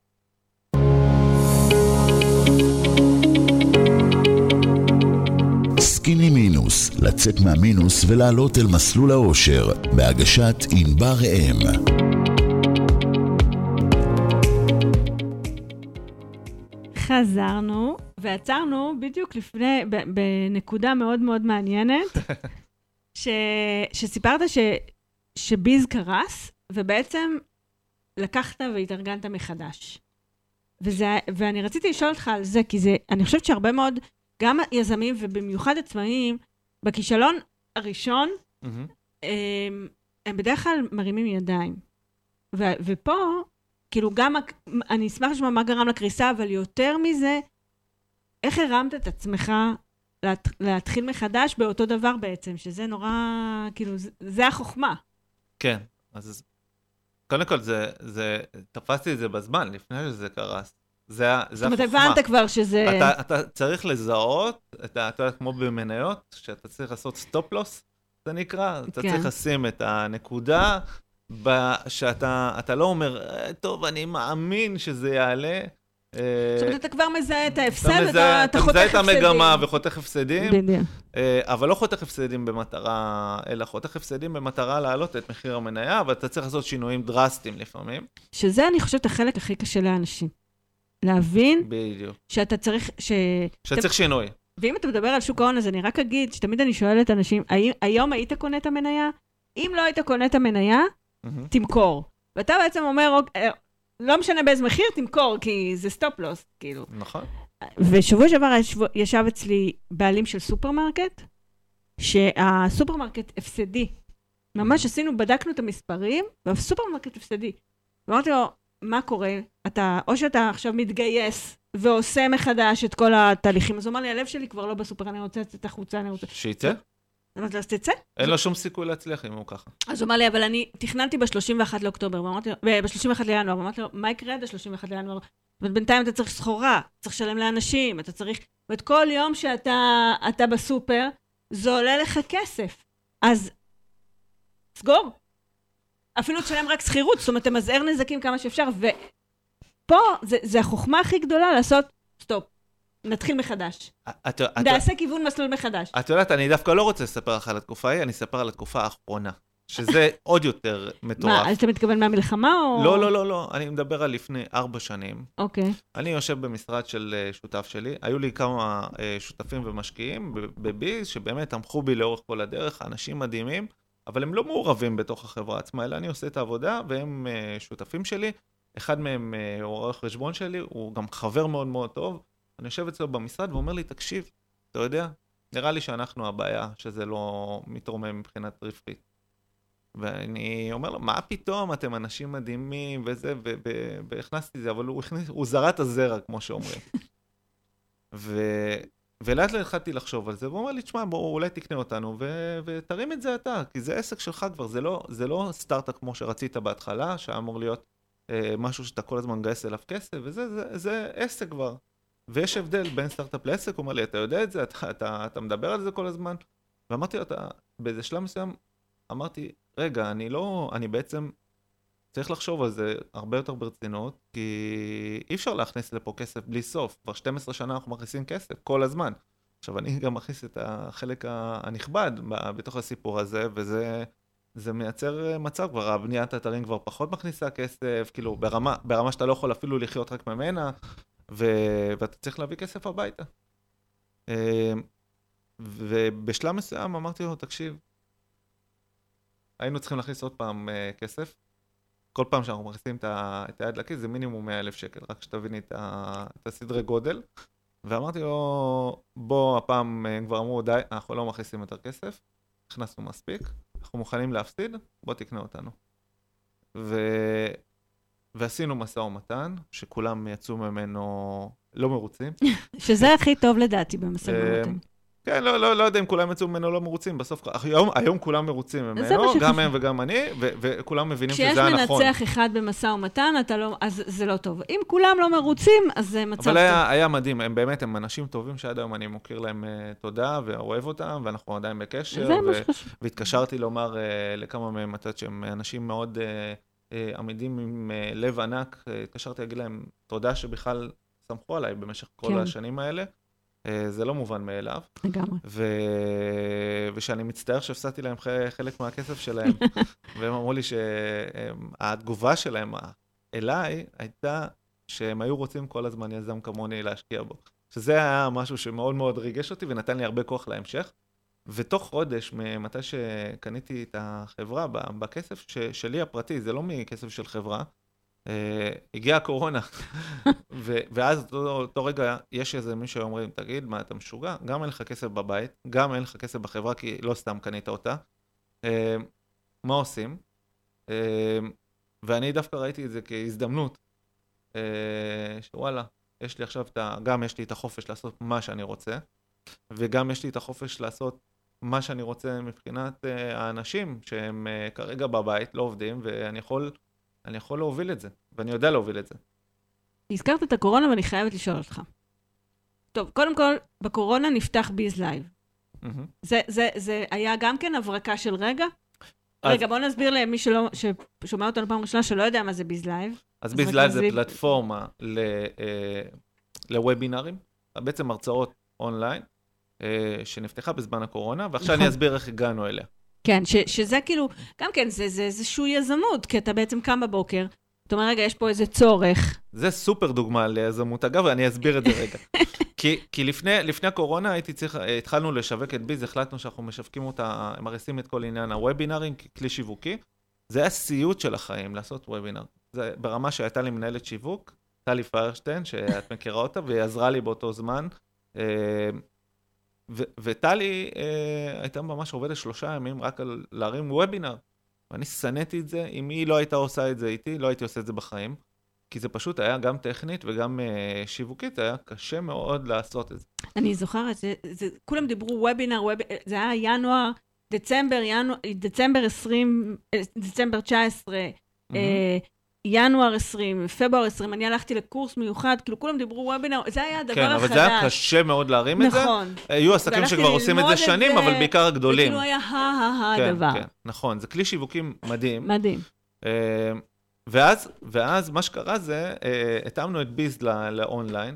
סקיני מינוס, לצאת מהמינוס ולעלות אל מסלול האושר, בהגשת ענבר ראם. חזרנו ועצרנו בדיוק לפני, בנקודה מאוד מאוד מעניינת, ש, שסיפרת ש, שביז קרס, ובעצם לקחת והתארגנת מחדש. וזה, ואני רציתי לשאול אותך על זה, כי זה, אני חושבת שהרבה מאוד, גם יזמים ובמיוחד עצמאים, בכישלון הראשון, mm-hmm. הם, הם בדרך כלל מרימים ידיים. ו, ופה, כאילו גם, אני אשמח לשמוע מה גרם לקריסה, אבל יותר מזה, איך הרמת את עצמך לה, להתחיל מחדש באותו דבר בעצם, שזה נורא, כאילו, זה, זה החוכמה. כן, אז קודם כל, זה, זה, תפסתי את זה בזמן, לפני שזה קרס. זה, זה החוכמה. זאת אומרת, הבנת כבר שזה... אתה, אתה צריך לזהות, אתה, אתה יודע, כמו במניות, שאתה צריך לעשות סטופ לוס, זה נקרא, אתה כן. צריך לשים את הנקודה, שאתה אתה לא אומר, טוב, אני מאמין שזה יעלה. זאת אומרת, אתה כבר מזהה את ההפסד, אתה חותך הפסדים. אתה מזהה את המגמה וחותך הפסדים, אבל לא חותך הפסדים במטרה, אלא חותך הפסדים במטרה להעלות את מחיר המניה, אבל אתה צריך לעשות שינויים דרסטיים לפעמים. שזה, אני חושבת, החלק הכי קשה לאנשים. להבין בדיוק. שאתה צריך... שאתה צריך שינוי. ואם אתה מדבר על שוק ההון, אז אני רק אגיד שתמיד אני שואלת אנשים, היום היית קונה את המניה? אם לא היית קונה את המניה, תמכור. ואתה בעצם אומר, לא משנה באיזה מחיר, תמכור, כי זה סטופ לוס, כאילו. נכון. ושבוע שעבר ישב אצלי בעלים של סופרמרקט, שהסופרמרקט הפסדי. ממש עשינו, בדקנו את המספרים, והסופרמרקט הפסדי. ואמרתי לו, מה קורה? אתה, או שאתה עכשיו מתגייס, ועושה מחדש את כל התהליכים. אז הוא אמר לי, הלב שלי כבר לא בסופר, אני רוצה לצאת החוצה, אני רוצה... שיצא? אמרתי לו, אז תצא. אין לו שום סיכוי להצליח אם הוא ככה. אז הוא אמר לי, אבל אני תכננתי ב-שלושים ואחד לאוקטובר, ב-שלושים ואחד לינואר, ואמרתי לו, מה יקרה עד ה-שלושים ואחד לינואר? בינתיים אתה צריך סחורה, צריך לשלם לאנשים, אתה צריך... ואת כל יום שאתה אתה בסופר, זה עולה לך כסף. אז סגור. אפילו תשלם רק שכירות, זאת אומרת, אתה מזער נזקים כמה שאפשר, ופה זה, זה החוכמה הכי גדולה לעשות, סטופ, נתחיל מחדש. נעשה כיוון מסלול מחדש. את יודעת, אני דווקא לא רוצה לספר לך על התקופה ההיא, אני אספר על התקופה האחרונה, שזה עוד יותר מטורף. מה, אז אתה מתכוון מהמלחמה או... לא, לא, לא, לא, אני מדבר על לפני ארבע שנים. אוקיי. אני יושב במשרד של שותף שלי, היו לי כמה שותפים ומשקיעים בביז, שבאמת תמכו בי לאורך כל הדרך, אנשים מדהימים, אבל הם לא מעורבים בתוך החברה עצמה, אלא אני עושה את העבודה, והם שותפים שלי. אחד מהם עורך חשבון שלי, הוא גם חבר מאוד מאוד טוב. אני יושב אצלו במשרד ואומר לי, תקשיב, אתה יודע, נראה לי שאנחנו הבעיה, שזה לא מתרומם מבחינת רווחית. ואני אומר לו, מה פתאום, אתם אנשים מדהימים וזה, והכנסתי את זה, אבל הוא, הכניס, הוא זרע הזרע, כמו שאומרים. ו... ולאט לאט התחלתי לחשוב על זה, והוא אומר לי, תשמע, בוא, אולי תקנה אותנו, ו... ותרים את זה אתה, כי זה עסק שלך כבר, זה לא, זה לא סטארט-אפ כמו שרצית בהתחלה, שאמור להיות אה, משהו שאתה כל הזמן גייס אליו כסף, וזה זה, זה עסק כבר. ויש הבדל בין סטארט-אפ לעסק, הוא אומר לי, אתה יודע את זה, אתה, אתה, אתה מדבר על זה כל הזמן, ואמרתי לו, אתה, באיזה שלב מסוים, אמרתי, רגע, אני לא, אני בעצם צריך לחשוב על זה הרבה יותר ברצינות, כי אי אפשר להכניס לפה כסף בלי סוף. כבר שתים עשרה שנה אנחנו מכניסים כסף, כל הזמן. עכשיו, אני גם מכניס את החלק הנכבד בתוך הסיפור הזה, וזה זה מייצר מצב, כבר הבניית האתרים כבר פחות מכניסה כסף, כאילו ברמה, ברמה שאתה לא יכול אפילו לחיות רק ממנה, ו, ואתה צריך להביא כסף הביתה. ובשלב מסוים אמרתי לו, תקשיב, היינו צריכים להכניס עוד פעם uh, כסף. כל פעם שאנחנו מכניסים את היד לכיס, זה מינימום מאה אלף שקל, רק שתביני את, את הסדרי גודל. ואמרתי לו, בוא, הפעם הם כבר אמרו, די, אנחנו לא מכניסים יותר כסף, הכנסנו מספיק, אנחנו מוכנים להפסיד, בוא תקנה אותנו. ו... ועשינו מסע ומתן, שכולם יצאו ממנו לא מרוצים. שזה הכי טוב לדעתי במסע ומתן. כן, לא, לא, לא יודע אם כולם יצאו ממנו לא מרוצים, בסוף, היום, היום כולם מרוצים ממנו, גם הם וגם אני, ו- וכולם מבינים שזה היה נכון. כשיש מנצח אחד במשא ומתן, אתה לא, אז זה לא טוב. אם כולם לא מרוצים, אז זה מצב טוב. אבל היה, היה מדהים, הם באמת, הם אנשים טובים שעד היום אני מוכיר להם uh, תודה, ואוהב אותם, ואנחנו עדיין בקשר, ו- והתקשרתי לומר uh, לכמה מהם, מצד שהם אנשים מאוד uh, uh, עמידים עם uh, לב ענק, uh, התקשרתי להגיד להם תודה שבכלל סמכו עליי במשך כל כן. השנים האלה, זה לא מובן מאליו. לגמרי. ו... ושאני מצטער שהפסדתי להם חלק מהכסף שלהם, והם אמרו לי שהתגובה שלהם אליי הייתה שהם היו רוצים כל הזמן יזם כמוני להשקיע בו. שזה היה משהו שמאוד מאוד ריגש אותי ונתן לי הרבה כוח להמשך. ותוך חודש, ממתי שקניתי את החברה בכסף שלי הפרטי, זה לא מכסף של חברה, Uh, הגיעה הקורונה, ו- ואז אותו, אותו רגע יש איזה מישהו אומרים, תגיד, מה אתה משוגע? גם אין לך כסף בבית, גם אין לך כסף בחברה, כי לא סתם קנית אותה. Uh, מה עושים? Uh, ואני דווקא ראיתי את זה כהזדמנות, uh, שוואלה, יש לי עכשיו, את ה- גם יש לי את החופש לעשות מה שאני רוצה, וגם יש לי את החופש לעשות מה שאני רוצה מבחינת uh, האנשים שהם uh, כרגע בבית, לא עובדים, ואני יכול... אני יכול להוביל את זה, ואני יודע להוביל את זה. הזכרת את הקורונה ואני חייבת לשאול אותך. טוב, קודם כל, בקורונה נפתח ביז לייב. Mm-hmm. זה, זה, זה היה גם כן הברקה של רגע? אז... רגע, בוא נסביר למי שלא, ששומע אותנו פעם ראשונה, שלא יודע מה זה ביז לייב. אז ביז לייב זה פלטפורמה ל, אה, לוובינרים, בעצם הרצאות אונליין, אה, שנפתחה בזמן הקורונה, ועכשיו אני אסביר איך הגענו אליה. כן, ש, שזה כאילו, גם כן, זה, זה איזשהו יזמות, כי אתה בעצם קם בבוקר, זאת אומרת, רגע, יש פה איזה צורך. זה סופר דוגמה ליזמות, אגב, ואני אסביר את זה רגע. כי, כי לפני, לפני הקורונה הייתי צריך, התחלנו לשווק את ביז, החלטנו שאנחנו משווקים אותה, מרסים את כל עניין הוובינרים, ככלי שיווקי, זה היה סיוט של החיים, לעשות וובינר. זה ברמה שהייתה לי מנהלת שיווק, טלי פיירשטיין, שאת מכירה אותה, והיא עזרה לי באותו זמן. וטלי הייתה ממש עובדת שלושה ימים רק על להרים וובינר. ואני סניתי את זה, אם היא לא הייתה עושה את זה איתי, לא הייתי עושה את זה בחיים. כי זה פשוט היה גם טכנית וגם שיווקית, היה קשה מאוד לעשות את זה. אני זוכרת, זה, זה, כולם דיברו וובינר, ווב, זה היה ינואר, דצמבר, ינואר, דצמבר עשרים, דצמבר תשע עשרה, mm-hmm. אה, ינואר עשרים, פברואר עשרים, אני הלכתי לקורס מיוחד, כאילו כולם דיברו וובינר, זה היה הדבר כן, החדש. אבל זה היה קשה מאוד להרים את זה. נכון. היו עסקים שכבר עושים את זה שנים, אבל בעיקר הגדולים. וכאילו היה הדבר. כן, כן, נכון, זה כלי שיווקים מדהים. מדהים. אה, ואז, ואז מה שקרה זה, אה, התאמנו את ביז לאונליין,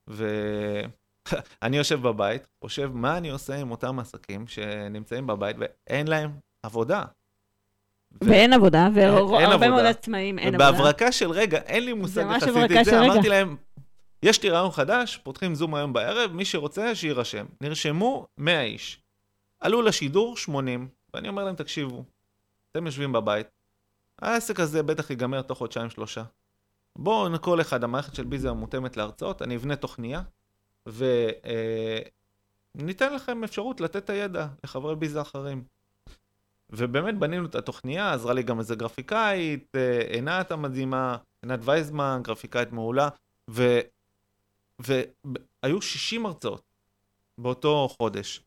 ואני יושב בבית, חושב מה אני עושה עם אותם עסקים שנמצאים בבית, ואין להם עבודה. ואין עבודה, והרבה מאוד עצמאים אין עבודה. ובהברקה של רגע, אין לי מושג יחסית את זה, אמרתי להם, יש לי רעיון חדש, פותחים זום היום בערב, מי שרוצה שירשם. נרשמו מאה איש. עלו לשידור שמונים, ואני אומר להם, תקשיבו, אתם יושבים בבית, העסק הזה בטח ייגמר תוך חודשיים שלושה. בואו כל אחד, המערכת של ביזר מותאמת להרצאות, אני אבנה תוכניה, וניתן לכם אפשרות לתת את הידע לחברי ביזר אחרים. ובאמת בנינו את התוכניה, עזרה לי גם איזה גרפיקאית, עינת המדהימה, עינת וייזמן, גרפיקאית מעולה, ו... והיו שישים הרצאות באותו חודש.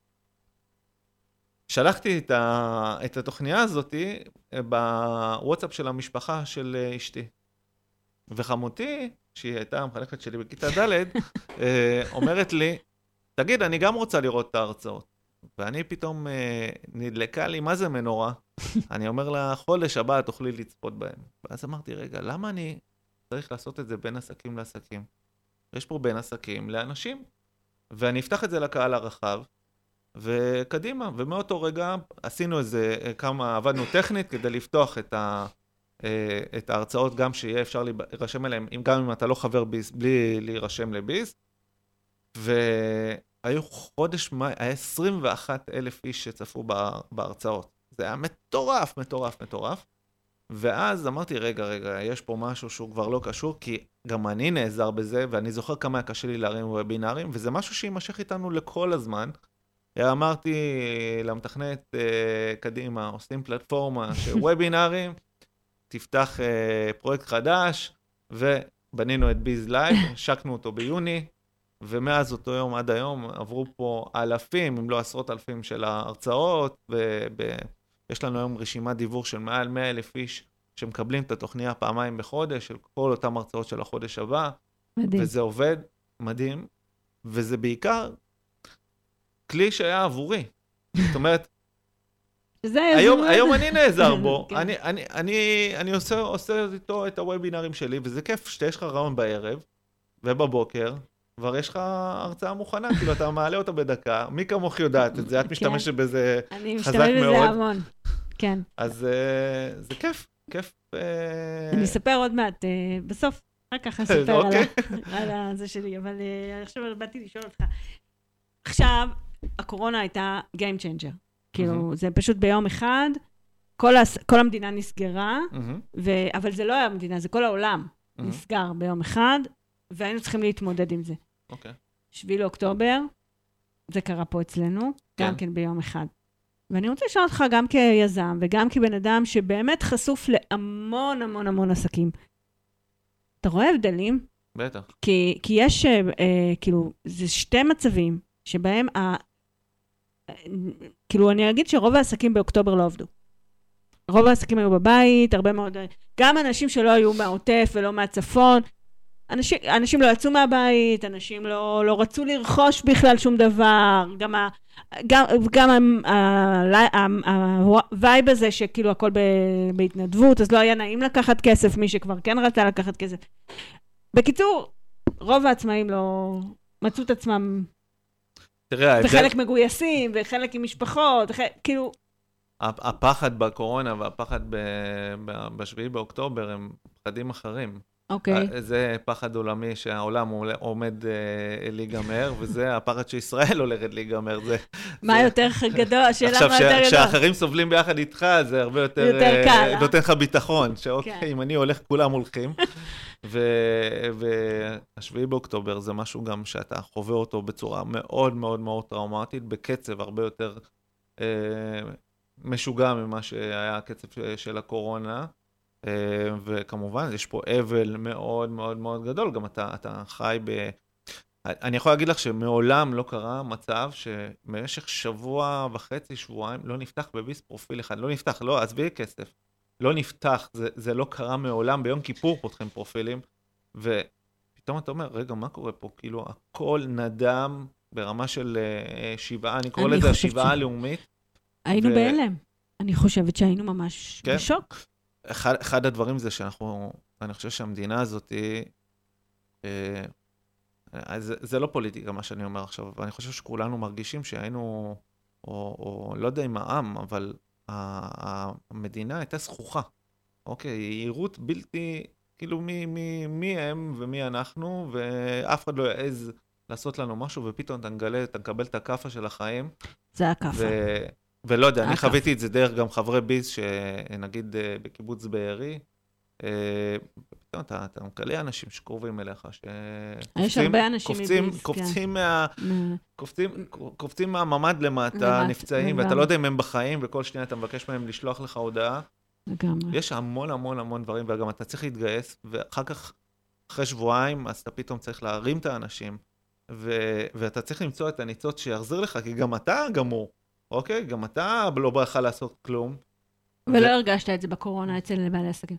שלחתי את, ה... את התוכניה הזאת בוואטסאפ של המשפחה של אשתי. וחמותי, שהיא הייתה המחנכת שלי בכיתה ד', אומרת לי, תגיד, אני גם רוצה לראות את ההרצאות. ואני פתאום אה, נדלקה לי, מה זה מנורה? אני אומר לה, חודש הבא תוכלי לצפות בהם. ואז אמרתי, רגע, למה אני צריך לעשות את זה בין עסקים לעסקים? יש פה בין עסקים לאנשים. ואני אפתח את זה לקהל הרחב, וקדימה. ומאותו רגע עשינו איזה כמה, עבדנו טכנית כדי לפתוח את, ה, אה, את ההרצאות, גם שיהיה אפשר להירשם אליהם, גם אם אתה לא חבר ביז, בלי להירשם לביז. ו... היו חודש מאי, היה עשרים ואחד אלף איש שצפו בהרצאות. זה היה מטורף, מטורף, מטורף. ואז אמרתי, רגע, רגע, יש פה משהו שהוא כבר לא קשור, כי גם אני נעזר בזה, ואני זוכר כמה היה קשה לי להרים וובינרים, וזה משהו שימשך איתנו לכל הזמן. אמרתי למתכנת, קדימה, עושים פלטפורמה של וובינרים, תפתח פרויקט חדש, ובנינו את ביז לייב, שקנו אותו ביוני, ומאז אותו יום עד היום עברו פה אלפים, אם לא עשרות אלפים של ההרצאות, ויש לנו היום רשימת דיוור של מעל מאה אלף איש שמקבלים את התוכניה פעמיים בחודש, של כל אותם הרצאות של החודש הבא. מדהים. וזה עובד מדהים, וזה בעיקר כלי שהיה עבורי. זאת אומרת, היום, היום אני נעזר בו, אני, אני, אני, אני עושה, עושה איתו את הוובינרים שלי, וזה כיף שיש לך רעיון בערב ובבוקר, כבר יש לך הרצאה מוכנה, כאילו אתה מעלה אותה בדקה, מי כמוך יודעת את זה, את משתמשת בזה חזק מאוד. אני משתמשת בזה המון, כן. אז זה כיף, כיף. אני אספר עוד מעט, בסוף, רק ככה אספר על זה שלי, אבל עכשיו באתי לשאול אותך. עכשיו, הקורונה הייתה game changer, כאילו זה פשוט ביום אחד, כל המדינה נסגרה, אבל זה לא היה המדינה, זה כל העולם נסגר ביום אחד, והיינו צריכים להתמודד עם זה. אוקיי. שביעי לאוקטובר, זה קרה פה אצלנו, כן. גם כן ביום אחד. ואני רוצה לשאול אותך גם כיזם, וגם כבן אדם שבאמת חשוף להמון המון המון עסקים. אתה רואה הבדלים? בטח. כי, כי יש, אה, כאילו, זה שתי מצבים, שבהם, ה, כאילו, אני אגיד שרוב העסקים באוקטובר לא עבדו. רוב העסקים היו בבית, הרבה מאוד, גם אנשים שלא היו מהעוטף ולא מהצפון, אנשים, אנשים לא יצאו מהבית, אנשים לא, לא רצו לרכוש בכלל שום דבר, גם, ה, גם, גם הווייב הזה שכאילו הכל ב, בהתנדבות, אז לא היה נעים לקחת כסף, מי שכבר כן רצה לקחת כסף. בקיצור, רוב העצמאים לא מצאו את עצמם, תראה, וחלק זה... מגויסים, וחלק עם משפחות, וחלק, כאילו... הפחד בקורונה והפחד בשביעי באוקטובר הם פחדים אחרים. אוקיי. זה פחד עולמי שהעולם עומד להיגמר, וזה הפחד שישראל הולכת להיגמר. מה יותר גדול? השאלה מה יותר גדול. עכשיו, כשאחרים סובלים ביחד איתך, זה הרבה יותר נותן לך ביטחון, שאוקיי, אם אני הולך, כולם הולכים. והשביעי באוקטובר זה משהו גם שאתה חווה אותו בצורה מאוד מאוד מאוד טראומטית, בקצב הרבה יותר משוגע ממה שהיה הקצב של הקורונה. וכמובן, יש פה אבל מאוד מאוד מאוד גדול, גם אתה, אתה חי ב... אני יכול להגיד לך שמעולם לא קרה מצב שבמשך שבוע וחצי, שבועיים, לא נפתח בביס פרופיל אחד, לא נפתח, לא, עזבי כסף, לא נפתח, זה, זה לא קרה מעולם, ביום כיפור פותחים פרופילים, ופתאום אתה אומר, רגע, מה קורה פה? כאילו, הכל נדם ברמה של uh, שבעה, אני קורא לזה השבעה הלאומית. היינו ו... בהלם. אני חושבת שהיינו ממש כן? בשוק. אחד, אחד הדברים זה שאנחנו, אני חושב שהמדינה הזאת היא, אה, זה, זה לא פוליטיקה מה שאני אומר עכשיו, ואני חושב שכולנו מרגישים שהיינו, או, או לא יודע אם העם, אבל המדינה הייתה זכוכה. אוקיי, יעירות בלתי, כאילו מי, מי, מי הם ומי אנחנו, ואף אחד לא יעז לעשות לנו משהו, ופתאום אתה נגלה, אתה מקבל את הקפה של החיים. זה הקפה. ו... ולא יודע, אני חוויתי את זה דרך גם חברי ביס, שנגיד בקיבוץ בארי, פתאום אתה מקלה אנשים שקרובים אליך, יש הרבה אנשים מביס, קופצים מהממד למטה, נפצעים, ואתה לא יודע אם הם בחיים, וכל שנייה אתה מבקש מהם לשלוח לך הודעה. יש המון המון המון דברים, וגם אתה צריך להתגייס, ואחר כך, אחרי שבועיים, אז אתה פתאום צריך להרים את האנשים, ואתה צריך למצוא את הניצוץ שיחזיר לך, כי גם אתה גמור. אוקיי, גם אתה לא בא לך לעשות כלום. ולא הרגשת את זה בקורונה אצל בעלי עסקים?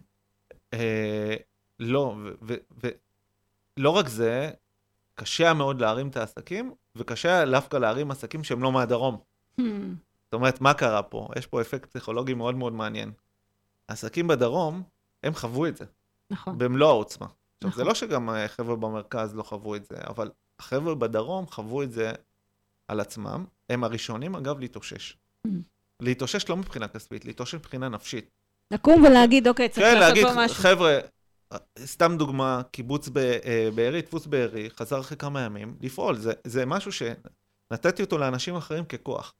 לא, ולא רק זה, קשה מאוד להרים את העסקים, וקשה דווקא להרים עסקים שהם לא מהדרום. זאת אומרת, מה קרה פה? יש פה אפקט פסיכולוגי מאוד מאוד מעניין. העסקים בדרום, הם חוו את זה. נכון. במלוא העוצמה. עכשיו, זה לא שגם חבר'ה במרכז לא חוו את זה, אבל החבר'ה בדרום חוו את זה על עצמם. הם הראשונים, אגב, להתאושש. להתאושש לא מבחינה כספית, להתאושש מבחינה נפשית. לקום ולהגיד, אוקיי, צריך לעשות פה משהו. כן, להגיד, חבר'ה, סתם דוגמה, קיבוץ בארי, דפוס בארי, חזר אחרי כמה ימים, לפעול. זה, זה משהו שנתתי אותו לאנשים אחרים ככוח.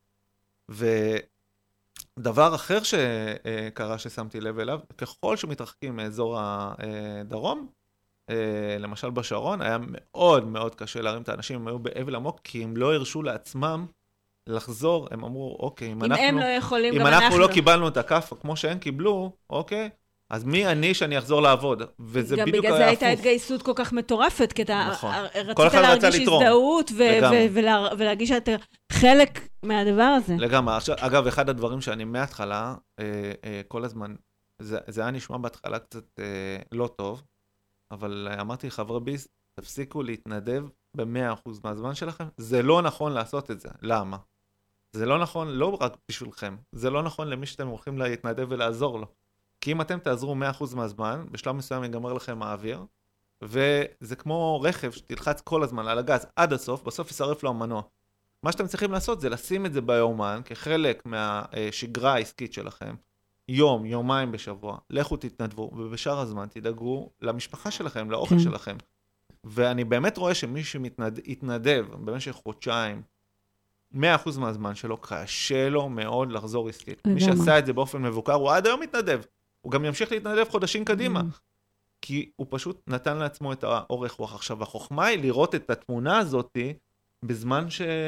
ודבר אחר שקרה ששמתי לב אליו, ככל שמתרחקים מאזור הדרום, למשל בשרון, היה מאוד מאוד קשה להרים את האנשים, הם היו באבל עמוק, כי הם לא הרשו לעצמם לחזור, הם אמרו, אוקיי, אם, אם אנחנו, הם לא יכולים, אם גם אנחנו אנחנו לא קיבלנו את הכף, כמו שהם קיבלו, אוקיי, אז מי אני שאני אחזור לעבוד? וזה בדיוק היה הפוך. גם בגלל זה הייתה התגייסות כל כך מטורפת, כי אתה נכון. רצית להרגיש הזדהות, ו- ו- ולה- ולהרגיש שאתה חלק מהדבר הזה. לגמרי. עכשיו, אגב, אחד הדברים שאני מההתחלה, אה, אה, כל הזמן, זה, זה היה נשמע בהתחלה קצת אה, לא טוב, אבל אמרתי, חברי ביס, תפסיקו להתנדב ב-מאה אחוז מהזמן שלכם. זה לא נכון לעשות את זה. למה? זה לא נכון לא רק בשבילכם, זה לא נכון למי שאתם הולכים להתנדב ולעזור לו. כי אם אתם תעזרו מאה אחוז מהזמן, בשלב מסוים יגמר לכם האוויר, וזה כמו רכב שתלחץ כל הזמן על הגז עד הסוף, בסוף ישרף לו המנוע. מה שאתם צריכים לעשות זה לשים את זה ביומן, כחלק מהשגרה העסקית שלכם, יום, יומיים בשבוע, לכו תתנדבו, ובשאר הזמן תדאגו למשפחה שלכם, לאוכל כן. שלכם. ואני באמת רואה שמי שמתנדב במשך חודשיים, מאה אחוז מהזמן שלו, קשה לו מאוד לחזור עסקית. מי שעשה את זה באופן מבוקר, הוא עד היום מתנדב. הוא גם ימשיך להתנדב חודשים קדימה. כי הוא פשוט נתן לעצמו את האורך רוח. עכשיו, החוכמה היא לראות את התמונה הזאת בזמן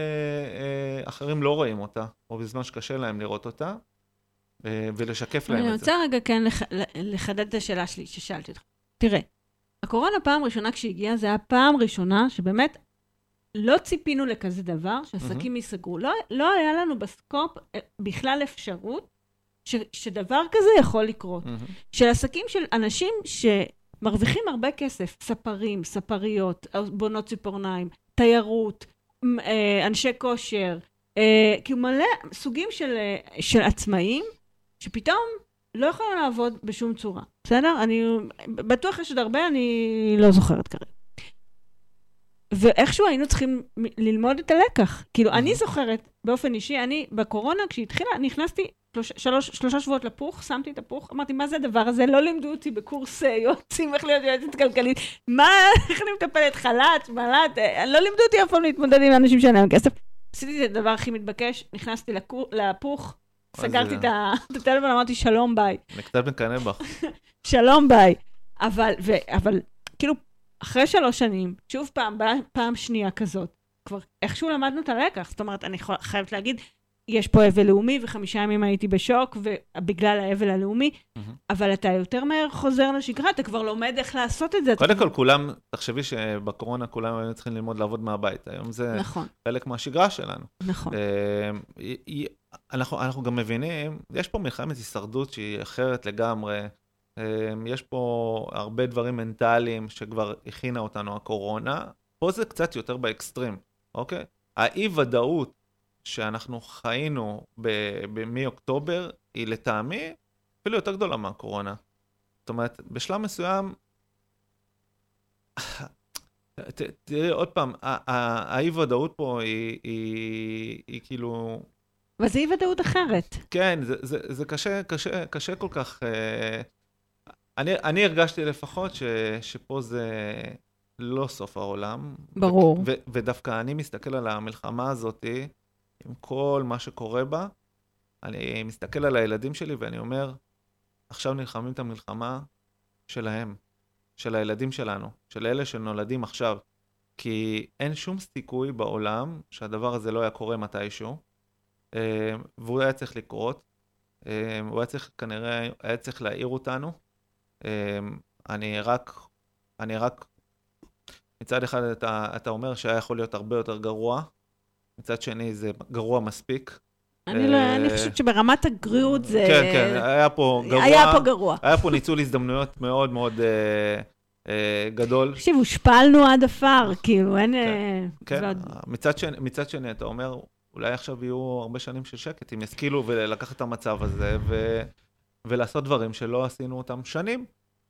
שאחרים לא רואים אותה, או בזמן שקשה להם לראות אותה, ולשקף להם את זה. אני רוצה רגע כן לחדד את השאלה שלי ששאלתי אותך. תראה, הקורונה פעם ראשונה כשהגיעה, זה היה פעם ראשונה שבאמת לא ציפינו לכזה דבר, שעסקים ייסגרו. לא, לא היה לנו בסקופ בכלל אפשרות ש, שדבר כזה יכול לקרות. של עסקים של אנשים שמרוויחים הרבה כסף, ספרים, ספריות, בונות ציפורניים, תיירות, אנשי כושר, כאילו מלא סוגים של, של עצמאים, שפתאום לא יכולים לעבוד בשום צורה. בסדר? אני בטוח יש עוד הרבה, אני לא זוכרת כרגע. ואיכשהו היינו צריכים ללמוד את הלקח. כאילו, אני זוכרת, באופן אישי, אני בקורונה, כשהתחילה, נכנסתי שלוש, שלוש, שלושה שבועות לפוך, שמתי את הפוך, אמרתי, מה זה הדבר הזה? לא לימדו אותי בקורס יועצים, איך להיות יועצת כלכלית. מה, איך אני מטפלת? חל"ת, מל"ת, לא לימדו אותי אף פעם להתמודד עם אנשים שאין להם כסף. עשיתי את הדבר הכי מתבקש, נכנסתי לקור, לפוך, סגרתי את הטלפון, אמרתי, שלום ביי. אני קצת מקנא בך. שלום ביי. אבל, ו, אבל, כאילו, אחרי שלוש שנים, שוב פעם, פעם שנייה כזאת, כבר איכשהו למדנו את הלקח. זאת אומרת, אני חייבת להגיד, יש פה אבל לאומי, וחמישה ימים הייתי בשוק, ובגלל האבל הלאומי, אבל אתה יותר מהר חוזר לשגרה, אתה כבר לומד איך לעשות את זה. קודם כל, כולם, תחשבי שבקורונה כולם היו צריכים ללמוד לעבוד מהבית. היום זה חלק מהשגרה שלנו. נכון. אנחנו גם מבינים, יש פה מלחמת הישרדות שהיא אחרת לגמרי, יש פה הרבה דברים מנטליים שכבר הכינה אותנו הקורונה, פה זה קצת יותר באקסטרים, אוקיי? האי-ודאות שאנחנו חיינו מאוקטובר היא לטעמי אפילו יותר גדולה מהקורונה. זאת אומרת, בשלב מסוים, תראי עוד פעם, האי-ודאות פה היא, היא, היא כאילו... אבל זה אי-ודאות אחרת. כן, זה, זה, זה קשה, קשה, קשה כל כך... אני, אני הרגשתי לפחות ש, שפה זה לא סוף העולם. ברור. ו, ו, ודווקא אני מסתכל על המלחמה הזאת, עם כל מה שקורה בה, אני מסתכל על הילדים שלי ואני אומר, עכשיו נלחמים את המלחמה שלהם, של הילדים שלנו, של אלה שנולדים עכשיו, כי אין שום סיכוי בעולם שהדבר הזה לא היה קורה מתישהו, והוא היה צריך לקרות, הוא היה צריך, כנראה, היה צריך להעיר אותנו, אני רק, אני רק, מצד אחד אתה, אתה אומר שהיה יכול להיות הרבה יותר גרוע, מצד שני זה גרוע מספיק. אני לא, אני חושבת שברמת הגריעות זה... כן, כן, היה פה גרוע. היה פה גרוע. היה פה ניצול הזדמנויות מאוד מאוד גדול. תקשיב, הושפלנו עד אפר, כאילו, אין... כן, מצד שני, אתה אומר, אולי עכשיו יהיו הרבה שנים של שקט, אם ישכילו ולקחת את המצב הזה, ולעשות דברים שלא עשינו אותם שנים.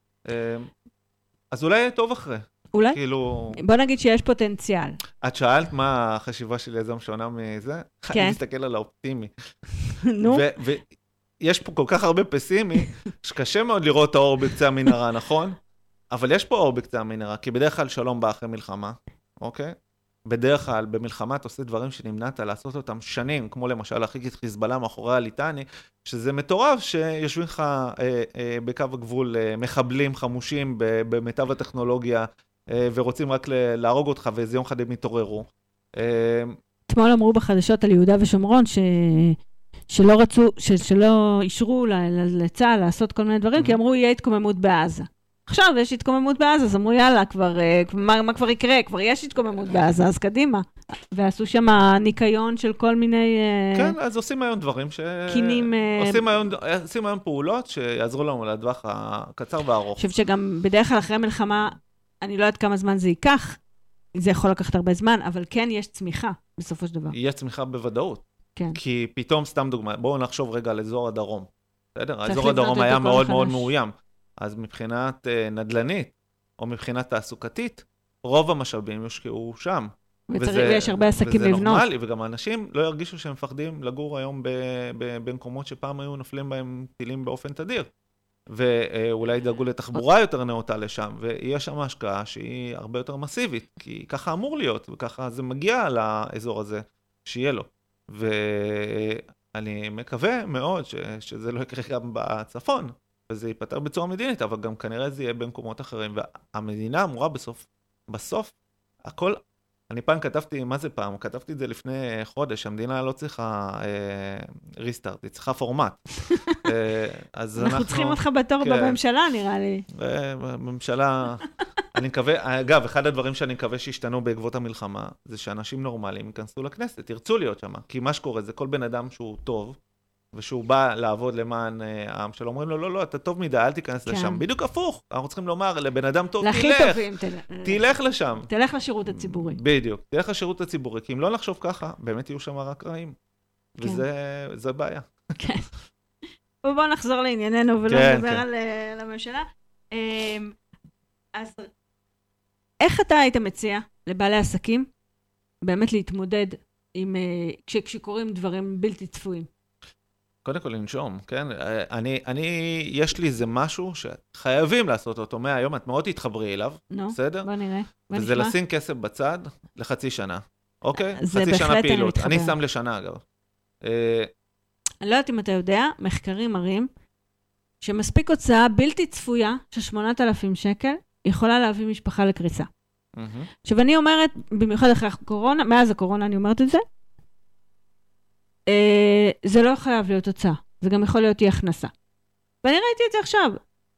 אז אולי יהיה טוב אחרי. אולי? כאילו... בוא נגיד שיש פוטנציאל. את שאלת מה החשיבה של יזם שונה מזה? כן. אני מסתכל על האופטימי. נו. ויש פה כל כך הרבה פסימי, שקשה מאוד לראות את האור בקצה המנהרה, נכון? אבל יש פה אור בקצה המנהרה, כי בדרך כלל שלום בא אחרי מלחמה, אוקיי? בדרך כלל במלחמה אתה עושה דברים שנמנעת לעשות אותם שנים, כמו למשל להחזיק את חיזבאללה מאחורי הליטני, שזה מטורף שיושבים לך אה, אה, בקו הגבול אה, מחבלים חמושים במיטב הטכנולוגיה, ורוצים רק להרוג אותך, ואיזה יום אחד הם יתעוררו. אתמול אמרו בחדשות על יהודה ושומרון, ש... שלא רצו, ש... שלא אישרו לצה"ל לעשות כל מיני דברים, כי אמרו, יהיה התקוממות בעזה. עכשיו יש התקוממות בעזה, אז אמרו, יאללה, כבר, מה, מה כבר יקרה? כבר יש התקוממות בעזה, אז קדימה. ועשו שם ניקיון של כל מיני... כן, אז עושים היום דברים ש... קינים... עושים היום, עושים היום פעולות שיעזרו לנו לטווח הקצר והארוך. אני חושבת שגם בדרך כלל אחרי מלחמה, אני לא יודעת כמה זמן זה ייקח, זה יכול לקחת הרבה זמן, אבל כן יש צמיחה בסופו של דבר. יש צמיחה בוודאות. כן. כי פתאום, סתם דוגמה, בואו נחשוב רגע על אזור הדרום. בסדר? האזור הדרום היה מאוד מאוד מאוים. אז מבחינת נדלנית, או מבחינת תעסוקתית, רוב המשאבים יושקעו שם. ויש הרבה עסקים לבנות. וזה נורמלי, וגם האנשים לא ירגישו שהם מפחדים לגור היום במקומות שפעם היו נופלים בהם טילים באופן תדיר. ואולי ידאגו לתחבורה יותר נאותה לשם, ויש שם השקעה שהיא הרבה יותר מסיבית, כי ככה אמור להיות, וככה זה מגיע לאזור הזה, שיהיה לו. ואני מקווה מאוד שזה לא יקרה גם בצפון, וזה ייפטר בצורה מדינית, אבל גם כנראה זה יהיה במקומות אחרים, והמדינה אמורה בסוף, בסוף, הכל, אני פעם כתבתי, מה זה פעם? כתבתי את זה לפני חודש, המדינה לא צריכה ריסטארט, היא צריכה פורמט. אז אנחנו... אנחנו צריכים אותך בתור בממשלה, נראה לי. בממשלה, אני מקווה, אגב, אחד הדברים שאני מקווה שהשתנו בעקבות המלחמה, זה שאנשים נורמליים ייכנסו לכנסת, ירצו להיות שם, כי מה שקורה זה כל בן אדם שהוא טוב, ושהוא בא לעבוד למען העם שלו, אומרים לו, לא, לא, אתה טוב מדי, אל תיכנס לשם. בדיוק הפוך, אנחנו צריכים לומר, לבן אדם טוב, תלך, תלך לשם. תלך לשירות הציבורי. בדיוק, תלך לשירות הציבורי, כי אם לא נחשוב ככה, באמת יהיו שם רק רעים. וזה בעיה. כן. ובואו נחזור לענייננו, ולא נדבר על הממשלה. אז איך אתה היית מציע לבעלי עסקים, באמת להתמודד עם, כשקורים דברים בלתי צפויים? קודם כל לנשום, כן? אני, אני, יש לי זה משהו שחייבים לעשות אותו מהיום, את מאוד תתחברי אליו, נו, בסדר? בוא נראה. בוא וזה נשמע. לשים כסף בצד לחצי שנה, אוקיי? זה חצי בהחלט שנה אני פעילות. מתחברת. אני שם לשנה, אגב. אה, אני לא יודעת אם אתה יודע, מחקרים מראים שמספיק הוצאה בלתי צפויה של שמונת אלפים שקל, יכולה להביא משפחה לקריסה. מהמם. עכשיו, אני אומרת, במיוחד אחרי הקורונה, מאז הקורונה אני אומרת את זה, אה, זה לא חייב להיות הוצאה, זה גם יכול להיות אי הכנסה. ואני ראיתי את זה עכשיו,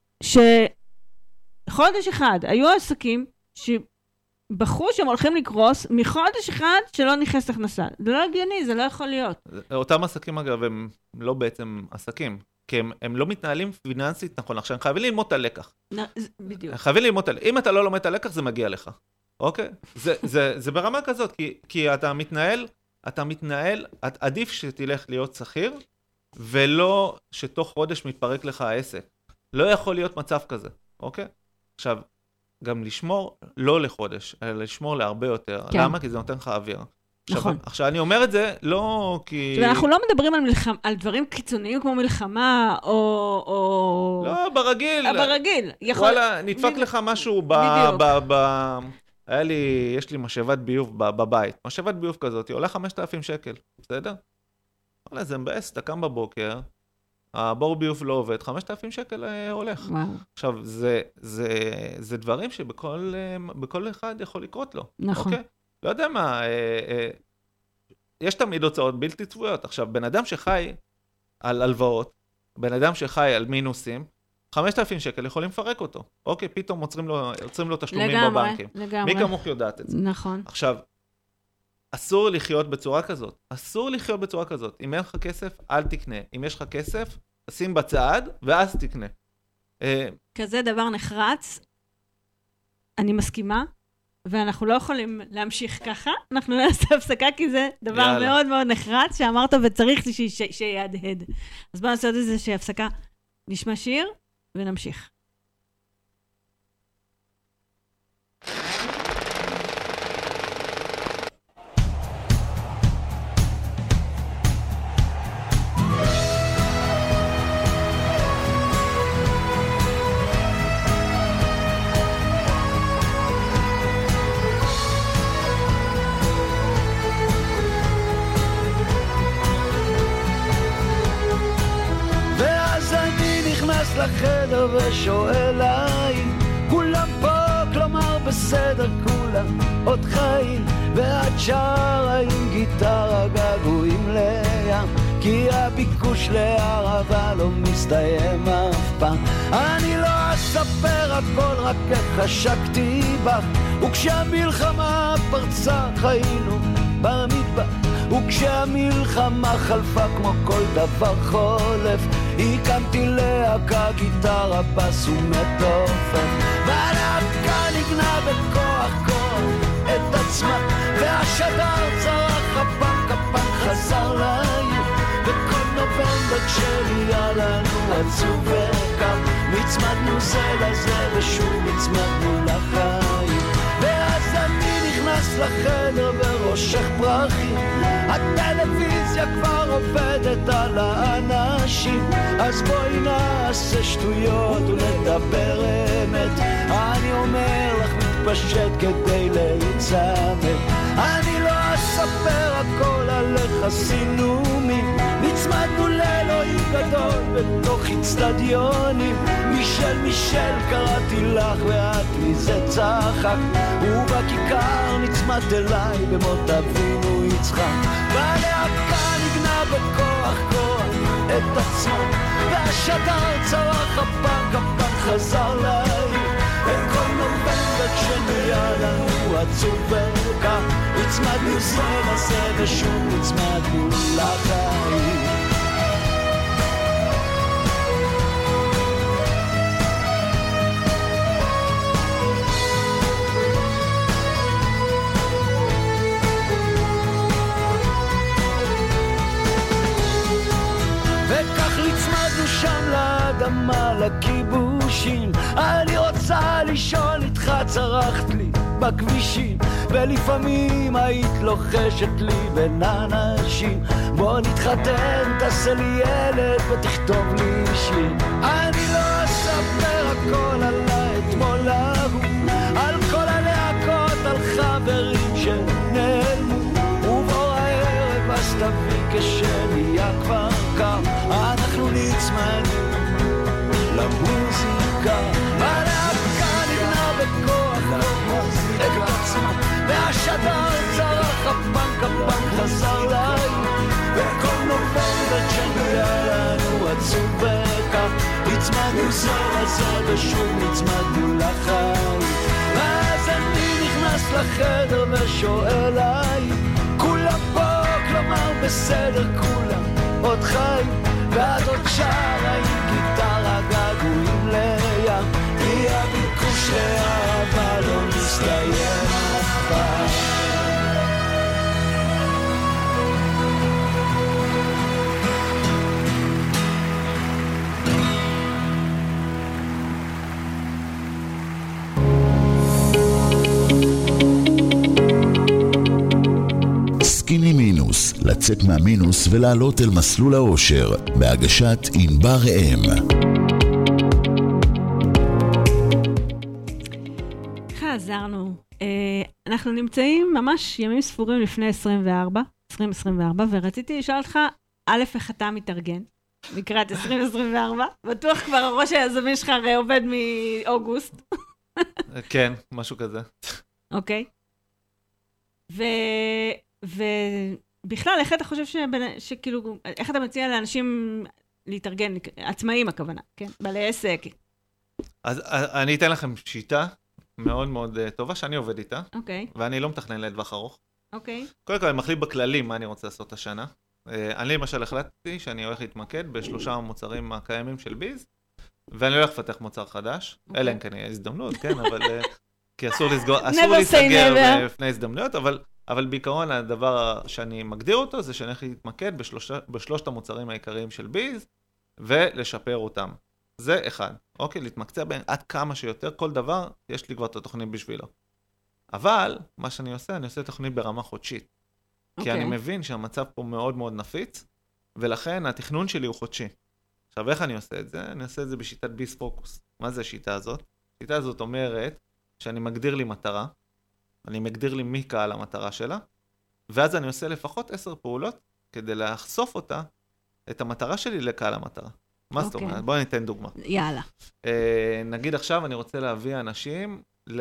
שחודש אחד היו עסקים שבחרו שהם הולכים לקרוס מחודש אחד שלא נכנס הכנסה. זה לא הגיוני, זה לא יכול להיות. אותם עסקים, אגב, הם לא בעצם עסקים, כי הם, הם לא מתנהלים פיננסית נכון. עכשיו, הם חייבים ללמוד את הלקח. נ- זה- בדיוק. הם חייבים ללמוד את הלקח. אם אתה לא לומד את הלקח, זה מגיע לך. אוקיי? זה, זה, זה ברמה כזאת, כי, כי אתה מתנהל, אתה מתנהל, את, עדיף שתלך להיות שכיר, ולא שתוך חודש מתפרק לך העסק. לא יכול להיות מצב כזה, אוקיי? עכשיו, גם לשמור לא לחודש, אלא לשמור להרבה יותר. כן. למה? כי זה נותן לך אוויר. עכשיו, נכון. עכשיו, אני אומר את זה לא כי... עכשיו, אנחנו לא מדברים על, מלחמ... על דברים קיצוניים כמו מלחמה, או... או... לא, ברגיל. אה, ברגיל. יכול... וואלה, נדפק בדיוק. לך משהו ב... בדיוק. ב... ב... היה לי, יש לי משאבת ביוב ב- בבית. משאבת ביוב כזאת, היא עולה חמשת אלפים שקל, בסדר? וואלה, זה מבאס, אתה קם בבוקר, הבור ביוב לא עובד, חמשת אלפים שקל אה, הולך. וואו. עכשיו, זה, זה, זה דברים שבכל אה, בכל אחד יכול לקרות לו. נכון. אוקיי? לא יודע מה, אה, אה, יש תמיד הוצאות בלתי צפויות. עכשיו, בן אדם שחי על הלוואות, בן אדם שחי על מינוסים, חמשת אלפים שקל יכולים לפרק אותו. אוקיי, פתאום עוצרים לו, עוצרים לו תשלומים לגמרי, בבנקים. לגמרי. מי כמוך יודעת את זה. נכון. עכשיו, אסור לחיות בצורה כזאת. אסור לחיות בצורה כזאת. אם אין לך כסף, אל תקנה. אם יש לך כסף, תשים בצד, ואז תקנה. אה, כזה דבר נחרץ, אני מסכימה, ואנחנו לא יכולים להמשיך ככה, אנחנו נעשה הפסקה כי זה דבר יאללה. מאוד מאוד נחרץ, שאמרת וצריך ש- ש- שיהדהד. אז בואו נעשה עוד איזושהי הפסקה, נשמע שיר ונמשיך. ואז אני נכנס לחדר ושואל האם כולם פה, כלומר בסדר, כולם עוד חיים, ואת שרה עם גיטרה געגועים לים, כי הביקוש לערבה לא מסתיים אף פעם. אני לא אספר הכל, רק איך השקתי בך, וכשהמלחמה פרצה חיינו במדבר, וכשהמלחמה חלפה כמו כל דבר חולף, הקמתי להקה, גיטרה, בס ומתופף, והלהקה נגנה בכוח כוח את עצמה, והשדר צרח, הפנק הפנק חזר לעיר, וכל נובמבר כשהיה לנו עצוב וקר, נצמדנו זה לזה ושוב נצמדנו לחיים. ואז אני נכנס לחדר בראשך פרחים, הטלוויזיה כבר עובדת על האנשים, אז בואי נעשה שטויות ונדבר אמת, אני אומר לך מתפשט כדי להיצמד, אני לא אספר הכל עליך סינומים, נצמדנו לאלוהים גדול בתוך אצטדיונים, מישל מישל קראתי לך ואת מזה צחק, ובכיכר נצמדת אליי במות אבינו יצחק, והלהקה נגנה בכוח כוח את עצמו, והשדר צרח, הפנק הפנק חזר לעיר, וכל נובמבר כשנהיה לנו עצוב וקר, נצמדנו זה לזה ושוב נצמדנו לחיים. וכך נצמדנו שם לאדמה, לכיבושים, אני רוצה לישון איתך, צרחת לי בכבישים, ולפעמים היית לוחשת לי בין אנשים, בוא בוא נתחתן, תעשה לי ילד ותכתוב לי שיר. אני לא אספר הכל עליי אתמול ההוא, על כל הלהקות, על חברים שנעלמו, ובוא הערב אז תביא כשנהיה כבר קר, אנחנו נצמדים למוזיקה. הלהקה נבנה בכוח רגע עצמה, והשדר צרח הפנק הפנק חזר לי, וכל נובמבר כשנהיה לנו עצוב וכך, נצמדנו זה לזה ושוב נצמדנו לחיים. ואז אני נכנס לחדר ושואל היי, כולם פה, כלומר בסדר, כולם עוד חיים, ואת עוד שרה עם גיטרה געגועים לים, כי הביקוש לאהבה לא מסתיים אף פעם. סקיני מינוס, לצאת מהמינוס ולעלות אל מסלול האושר, בהגשת ענבר ראם. חזרנו. אנחנו נמצאים ממש ימים ספורים לפני עשרים וארבע, עשרים עשרים וארבע, ורציתי לשאול אותך, א', איך אתה מתארגן לקראת עשרים עשרים וארבע? בטוח כבר הראש היזמי שלך הרי עובד מאוגוסט. כן, משהו כזה. אוקיי. ו... ובכלל, איך אתה חושב שבנ... שכאילו, איך אתה מציע לאנשים להתארגן, עצמאים הכוונה, כן? בעלי עסק. אז אני אתן לכם שיטה מאוד מאוד טובה שאני עובד איתה, אוקיי. ואני לא מתכנן לטווח ארוך. אוקיי. קודם כל, אני מחליט בכללים מה אני רוצה לעשות השנה. אני למשל החלטתי שאני הולך להתמקד בשלושה המוצרים הקיימים של ביז, ואני לא הולך לפתח מוצר חדש, אלא אם כן יהיה הזדמנות, כן, אבל... כי אסור לסגור, אסור להיסגר בפני הזדמנויות, אבל... אבל בעיקרון הדבר שאני מגדיר אותו זה שאני הולך להתמקד בשלוש, בשלושת המוצרים העיקריים של ביז ולשפר אותם. זה אחד. אוקיי, להתמקצע בין עד כמה שיותר, כל דבר יש לי כבר את התוכנית בשבילו. אבל מה שאני עושה, אני עושה תוכנית ברמה חודשית. כי אוקיי. אני מבין שהמצב פה מאוד מאוד נפיץ, ולכן התכנון שלי הוא חודשי. עכשיו איך אני עושה את זה? אני עושה את זה בשיטת ביז פוקוס. מה זה השיטה הזאת? השיטה הזאת אומרת שאני מגדיר לי מטרה, אני מגדיר לי מי קהל המטרה שלה, ואז אני עושה לפחות עשר פעולות כדי לחשוף אותה, את המטרה שלי לקהל המטרה. מה זאת אומרת? בואו ניתן דוגמה. יאללה. נגיד עכשיו אני רוצה להביא אנשים,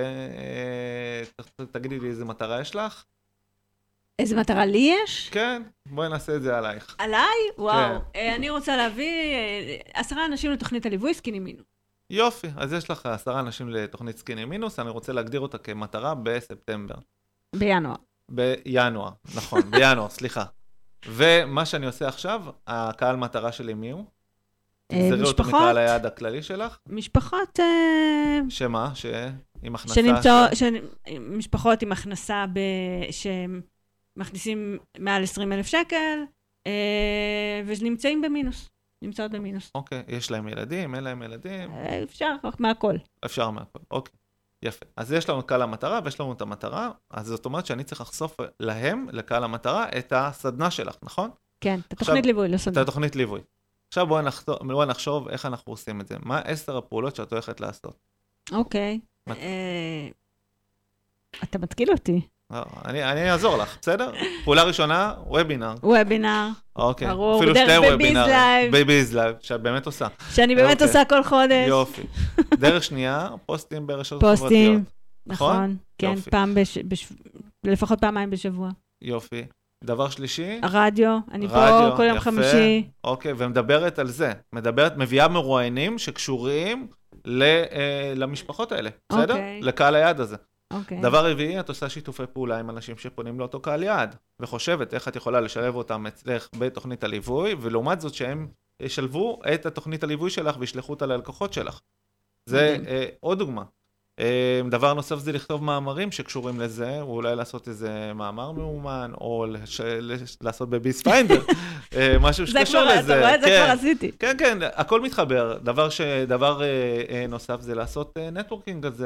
תגידי לי איזה מטרה יש לך? איזה מטרה לי יש? כן, בואי נעשה את זה עלייך. עליי? וואו. אני רוצה להביא עשרה אנשים לתוכנית הליווי סקיני מינוס. יופי, אז יש לך עשרה אנשים לתוכנית סקיני מינוס, אני רוצה להגדיר אותה כמטרה בספטמבר. בינואר. בינואר, נכון, בינואר, סליחה. ומה שאני עושה עכשיו, הקהל מטרה שלי מי הוא? תגזרי אותו מקהל היעד הכללי שלך? משפחות... שמה? שעם הכנסה... שנמצא... משפחות עם הכנסה שמכניסים מעל עשרים אלף שקל, ונמצאים במינוס. נמצאות במינוס. אוקיי, יש להם ילדים, אין להם ילדים? אפשר, מהכל. אפשר מהכל, אוקיי. יפה. אז יש לנו קהל המטרה, ויש לנו את המטרה, אז זאת אומרת שאני צריך לחשוף להם, לקהל המטרה, את הסדנה שלך, נכון? כן, את התוכנית ליווי, לא סדנה. את התוכנית ליווי. עכשיו בואו נחשוב, בואו נחשוב איך אנחנו עושים את זה. מה עשר הפעולות שאת הולכת לעשות? אוקיי. אתה מתקיל אותי. אני אעזור לך, בסדר? פעולה ראשונה, וובינר. וובינר. אוקיי. ברור, אפילו שתי וובינר. בביז לייב. בביז לייב, שאת באמת עושה. שאני באמת עושה כל חודש. יופי. דרך שנייה, פוסטים ברשתות חברתיות. פוסטים, נכון. כן, פעם, לפחות פעמיים בשבוע. יופי. דבר שלישי? הרדיו, אני פה כל יום חמישי. אוקיי, ומדברת על זה. מדברת, מביאה מרואיינים שקשורים למשפחות האלה, בסדר? לקהל היעד הזה. Okay. דבר רביעי, את עושה שיתופי פעולה עם אנשים שפונים לאותו קהל יעד, וחושבת איך את יכולה לשלב אותם אצלך בתוכנית הליווי, ולעומת זאת שהם ישלבו את התוכנית הליווי שלך וישלחו אותה ללקוחות שלך. זה okay. אה, עוד דוגמה. אה, דבר נוסף זה לכתוב מאמרים שקשורים לזה, או אולי לעשות איזה מאמר מאומן, או לש... לש... לעשות בביז פיינדר, אה, משהו שקשור כבר, לזה. אתה רואה את זה כבר עשיתי. כן, כן, הכל מתחבר. דבר, ש... דבר אה, אה, נוסף זה לעשות אה, נטוורקינג על זה.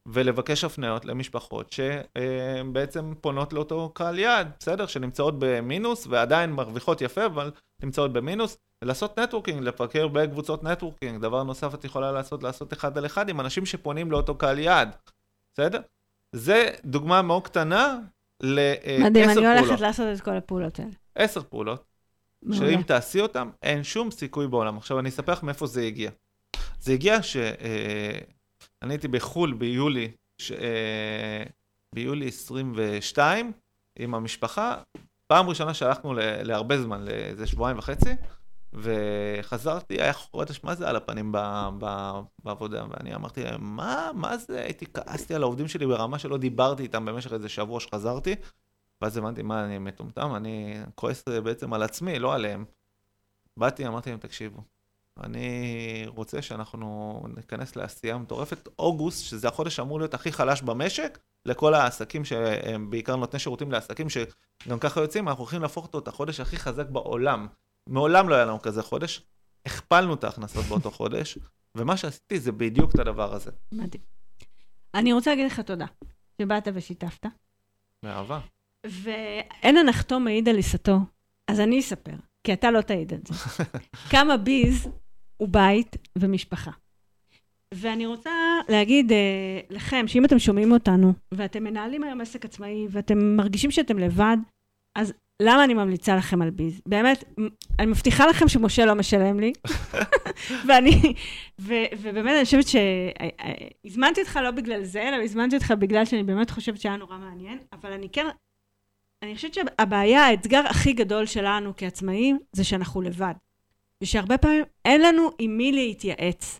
ולבקש הפניות למשפחות שבעצם פונות לאותו קהל יעד, בסדר? שנמצאות במינוס ועדיין מרוויחות יפה, אבל נמצאות במינוס, ולעשות נטוורקינג, לפקר בקבוצות נטוורקינג. דבר נוסף את יכולה לעשות, לעשות אחד על אחד עם אנשים שפונים לאותו קהל יעד, בסדר? זה דוגמה מאוד קטנה לעשר פעולות. מדהים, אני הולכת לעשות את כל הפעולות האלה. עשר פעולות, שאם תעשי אותם, אין שום סיכוי בעולם. עכשיו אני אספר לך מאיפה זה הגיע. זה הגיע ש... אני הייתי בחול ביולי, ש... ביולי עשרים ושתיים, עם המשפחה. פעם ראשונה שהלכנו ל... להרבה זמן, לאיזה שבועיים וחצי, וחזרתי, היה חודש, מה זה על הפנים ב... ב... בעבודה? ואני אמרתי להם, מה? מה זה? הייתי, כעסתי על העובדים שלי ברמה שלא דיברתי איתם במשך איזה שבוע שחזרתי, ואז הבנתי, מה, אני מטומטם? אני כועס בעצם על עצמי, לא עליהם. באתי, אמרתי להם, תקשיבו. אני רוצה שאנחנו ניכנס לעשייה מטורפת. אוגוסט, שזה החודש שאמור להיות הכי חלש במשק, לכל העסקים שהם בעיקר נותני שירותים לעסקים, שגם ככה יוצאים, אנחנו הולכים להפוך אותו את החודש הכי חזק בעולם. מעולם לא היה לנו כזה חודש. הכפלנו את ההכנסות באותו חודש, ומה שעשיתי זה בדיוק את הדבר הזה. מדהים. אני רוצה להגיד לך תודה, שבאת ושיתפת. באהבה. ואין הנחתום מעיד על עיסתו, אז אני אספר, כי אתה לא תעיד את זה. כמה ביז הוא בית ומשפחה. ואני רוצה להגיד אה, לכם, שאם אתם שומעים אותנו, ואתם מנהלים היום עסק עצמאי, ואתם מרגישים שאתם לבד, אז למה אני ממליצה לכם על ביז? באמת, אני מבטיחה לכם שמשה לא משלם לי, ואני, ו, ובאמת אני חושבת שהזמנתי אותך לא בגלל זה, אלא הזמנתי אותך בגלל שאני באמת חושבת שהיה נורא מעניין, אבל אני כן, אני חושבת שהבעיה, האתגר הכי גדול שלנו כעצמאים, זה שאנחנו לבד. ושהרבה פעמים אין לנו עם מי להתייעץ.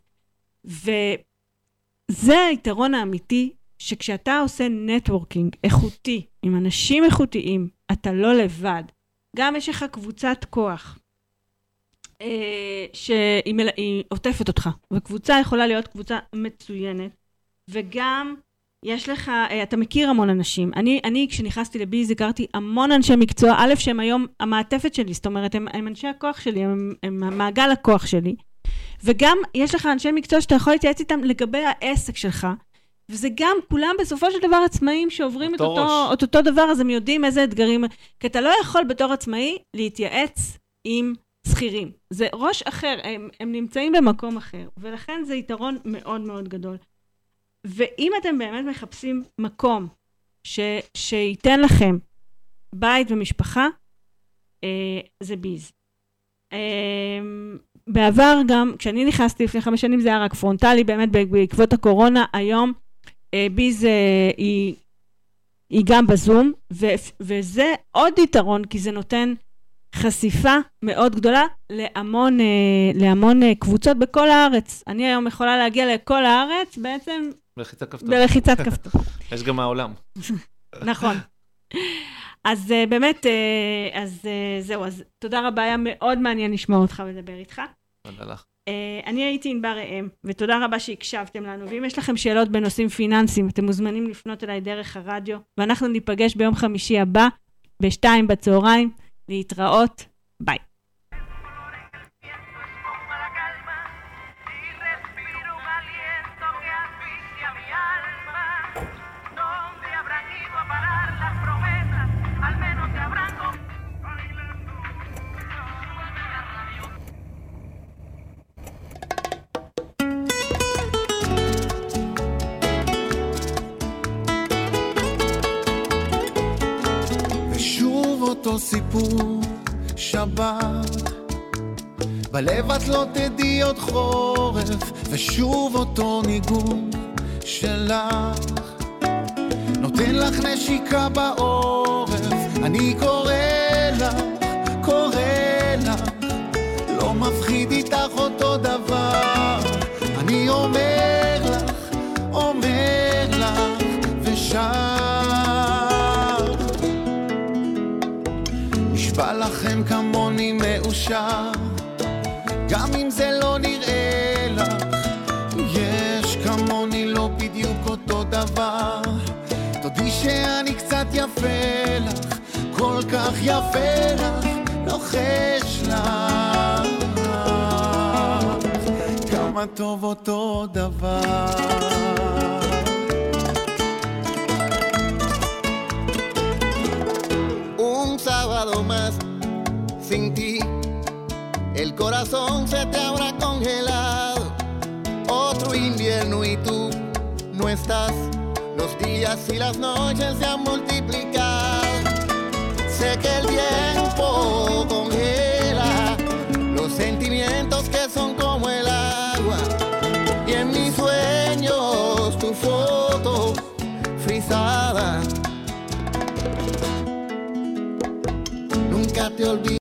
וזה היתרון האמיתי, שכשאתה עושה נטוורקינג איכותי, עם אנשים איכותיים, אתה לא לבד. גם יש לך קבוצת כוח, אה, שהיא מל... עוטפת אותך. וקבוצה יכולה להיות קבוצה מצוינת. וגם יש לך, אה, אתה מכיר המון אנשים. אני, אני כשנכנסתי לביז, הכרתי המון אנשי מקצוע, א' שהם היום המעטפת שלי, זאת אומרת, הם, הם אנשי הכוח שלי, הם, הם המעגל הכוח שלי. וגם יש לך אנשי מקצוע שאתה יכול להתייעץ איתם לגבי העסק שלך, וזה גם כולם בסופו של דבר עצמאים שעוברים את אותו, את אותו דבר, אז הם יודעים איזה אתגרים, כי אתה לא יכול בתור עצמאי להתייעץ עם שכירים. זה ראש אחר, הם, הם נמצאים במקום אחר, ולכן זה יתרון מאוד מאוד גדול. ואם אתם באמת מחפשים מקום ש, שייתן לכם בית ומשפחה, אה, זה ביז. אה, בעבר גם, כשאני נכנסתי לפני חמש שנים, זה היה רק פרונטלי, באמת בעקבות הקורונה, היום ביז היא, היא גם בזום, ו, וזה עוד יתרון, כי זה נותן חשיפה מאוד גדולה להמון, להמון קבוצות בכל הארץ. אני היום יכולה להגיע לכל הארץ, בעצם בלחיצת כפתור. בלחיצת כפתור. יש גם מהעולם. נכון. אז באמת, אז זהו, אז תודה רבה, היה מאוד מעניין לשמוע אותך ולדבר איתך. תודה לך. אני הייתי ענבר ראם, ותודה רבה שהקשבתם לנו, ואם יש לכם שאלות בנושאים פיננסיים, אתם מוזמנים לפנות אליי דרך הרדיו, ואנחנו ניפגש ביום חמישי הבא, בשתיים בצהריים, להתראות, ביי. אותו סיפור שבת בלב את לא תדעי עוד חורף ושוב אותו ניגון שלך נותן לך נשיקה בעורף אני קורא לך, קורא לך לא מפחיד איתך אותו דבר אני אומר לך, אומר לך ושב נשבע לכם כמוני מאושר גם אם זה לא נראה לך יש כמוני לא בדיוק אותו דבר תודי שאני קצת יפה לך כל כך יפה לך לוחש לך כמה טוב אותו דבר sin ti. El corazón se te habrá congelado. Otro invierno y tú no estás. Los días y las noches se han multiplicado. Sé que el tiempo congela los sentimientos que son como el agua. Y en mis sueños tu foto frisada. Nunca te olvides.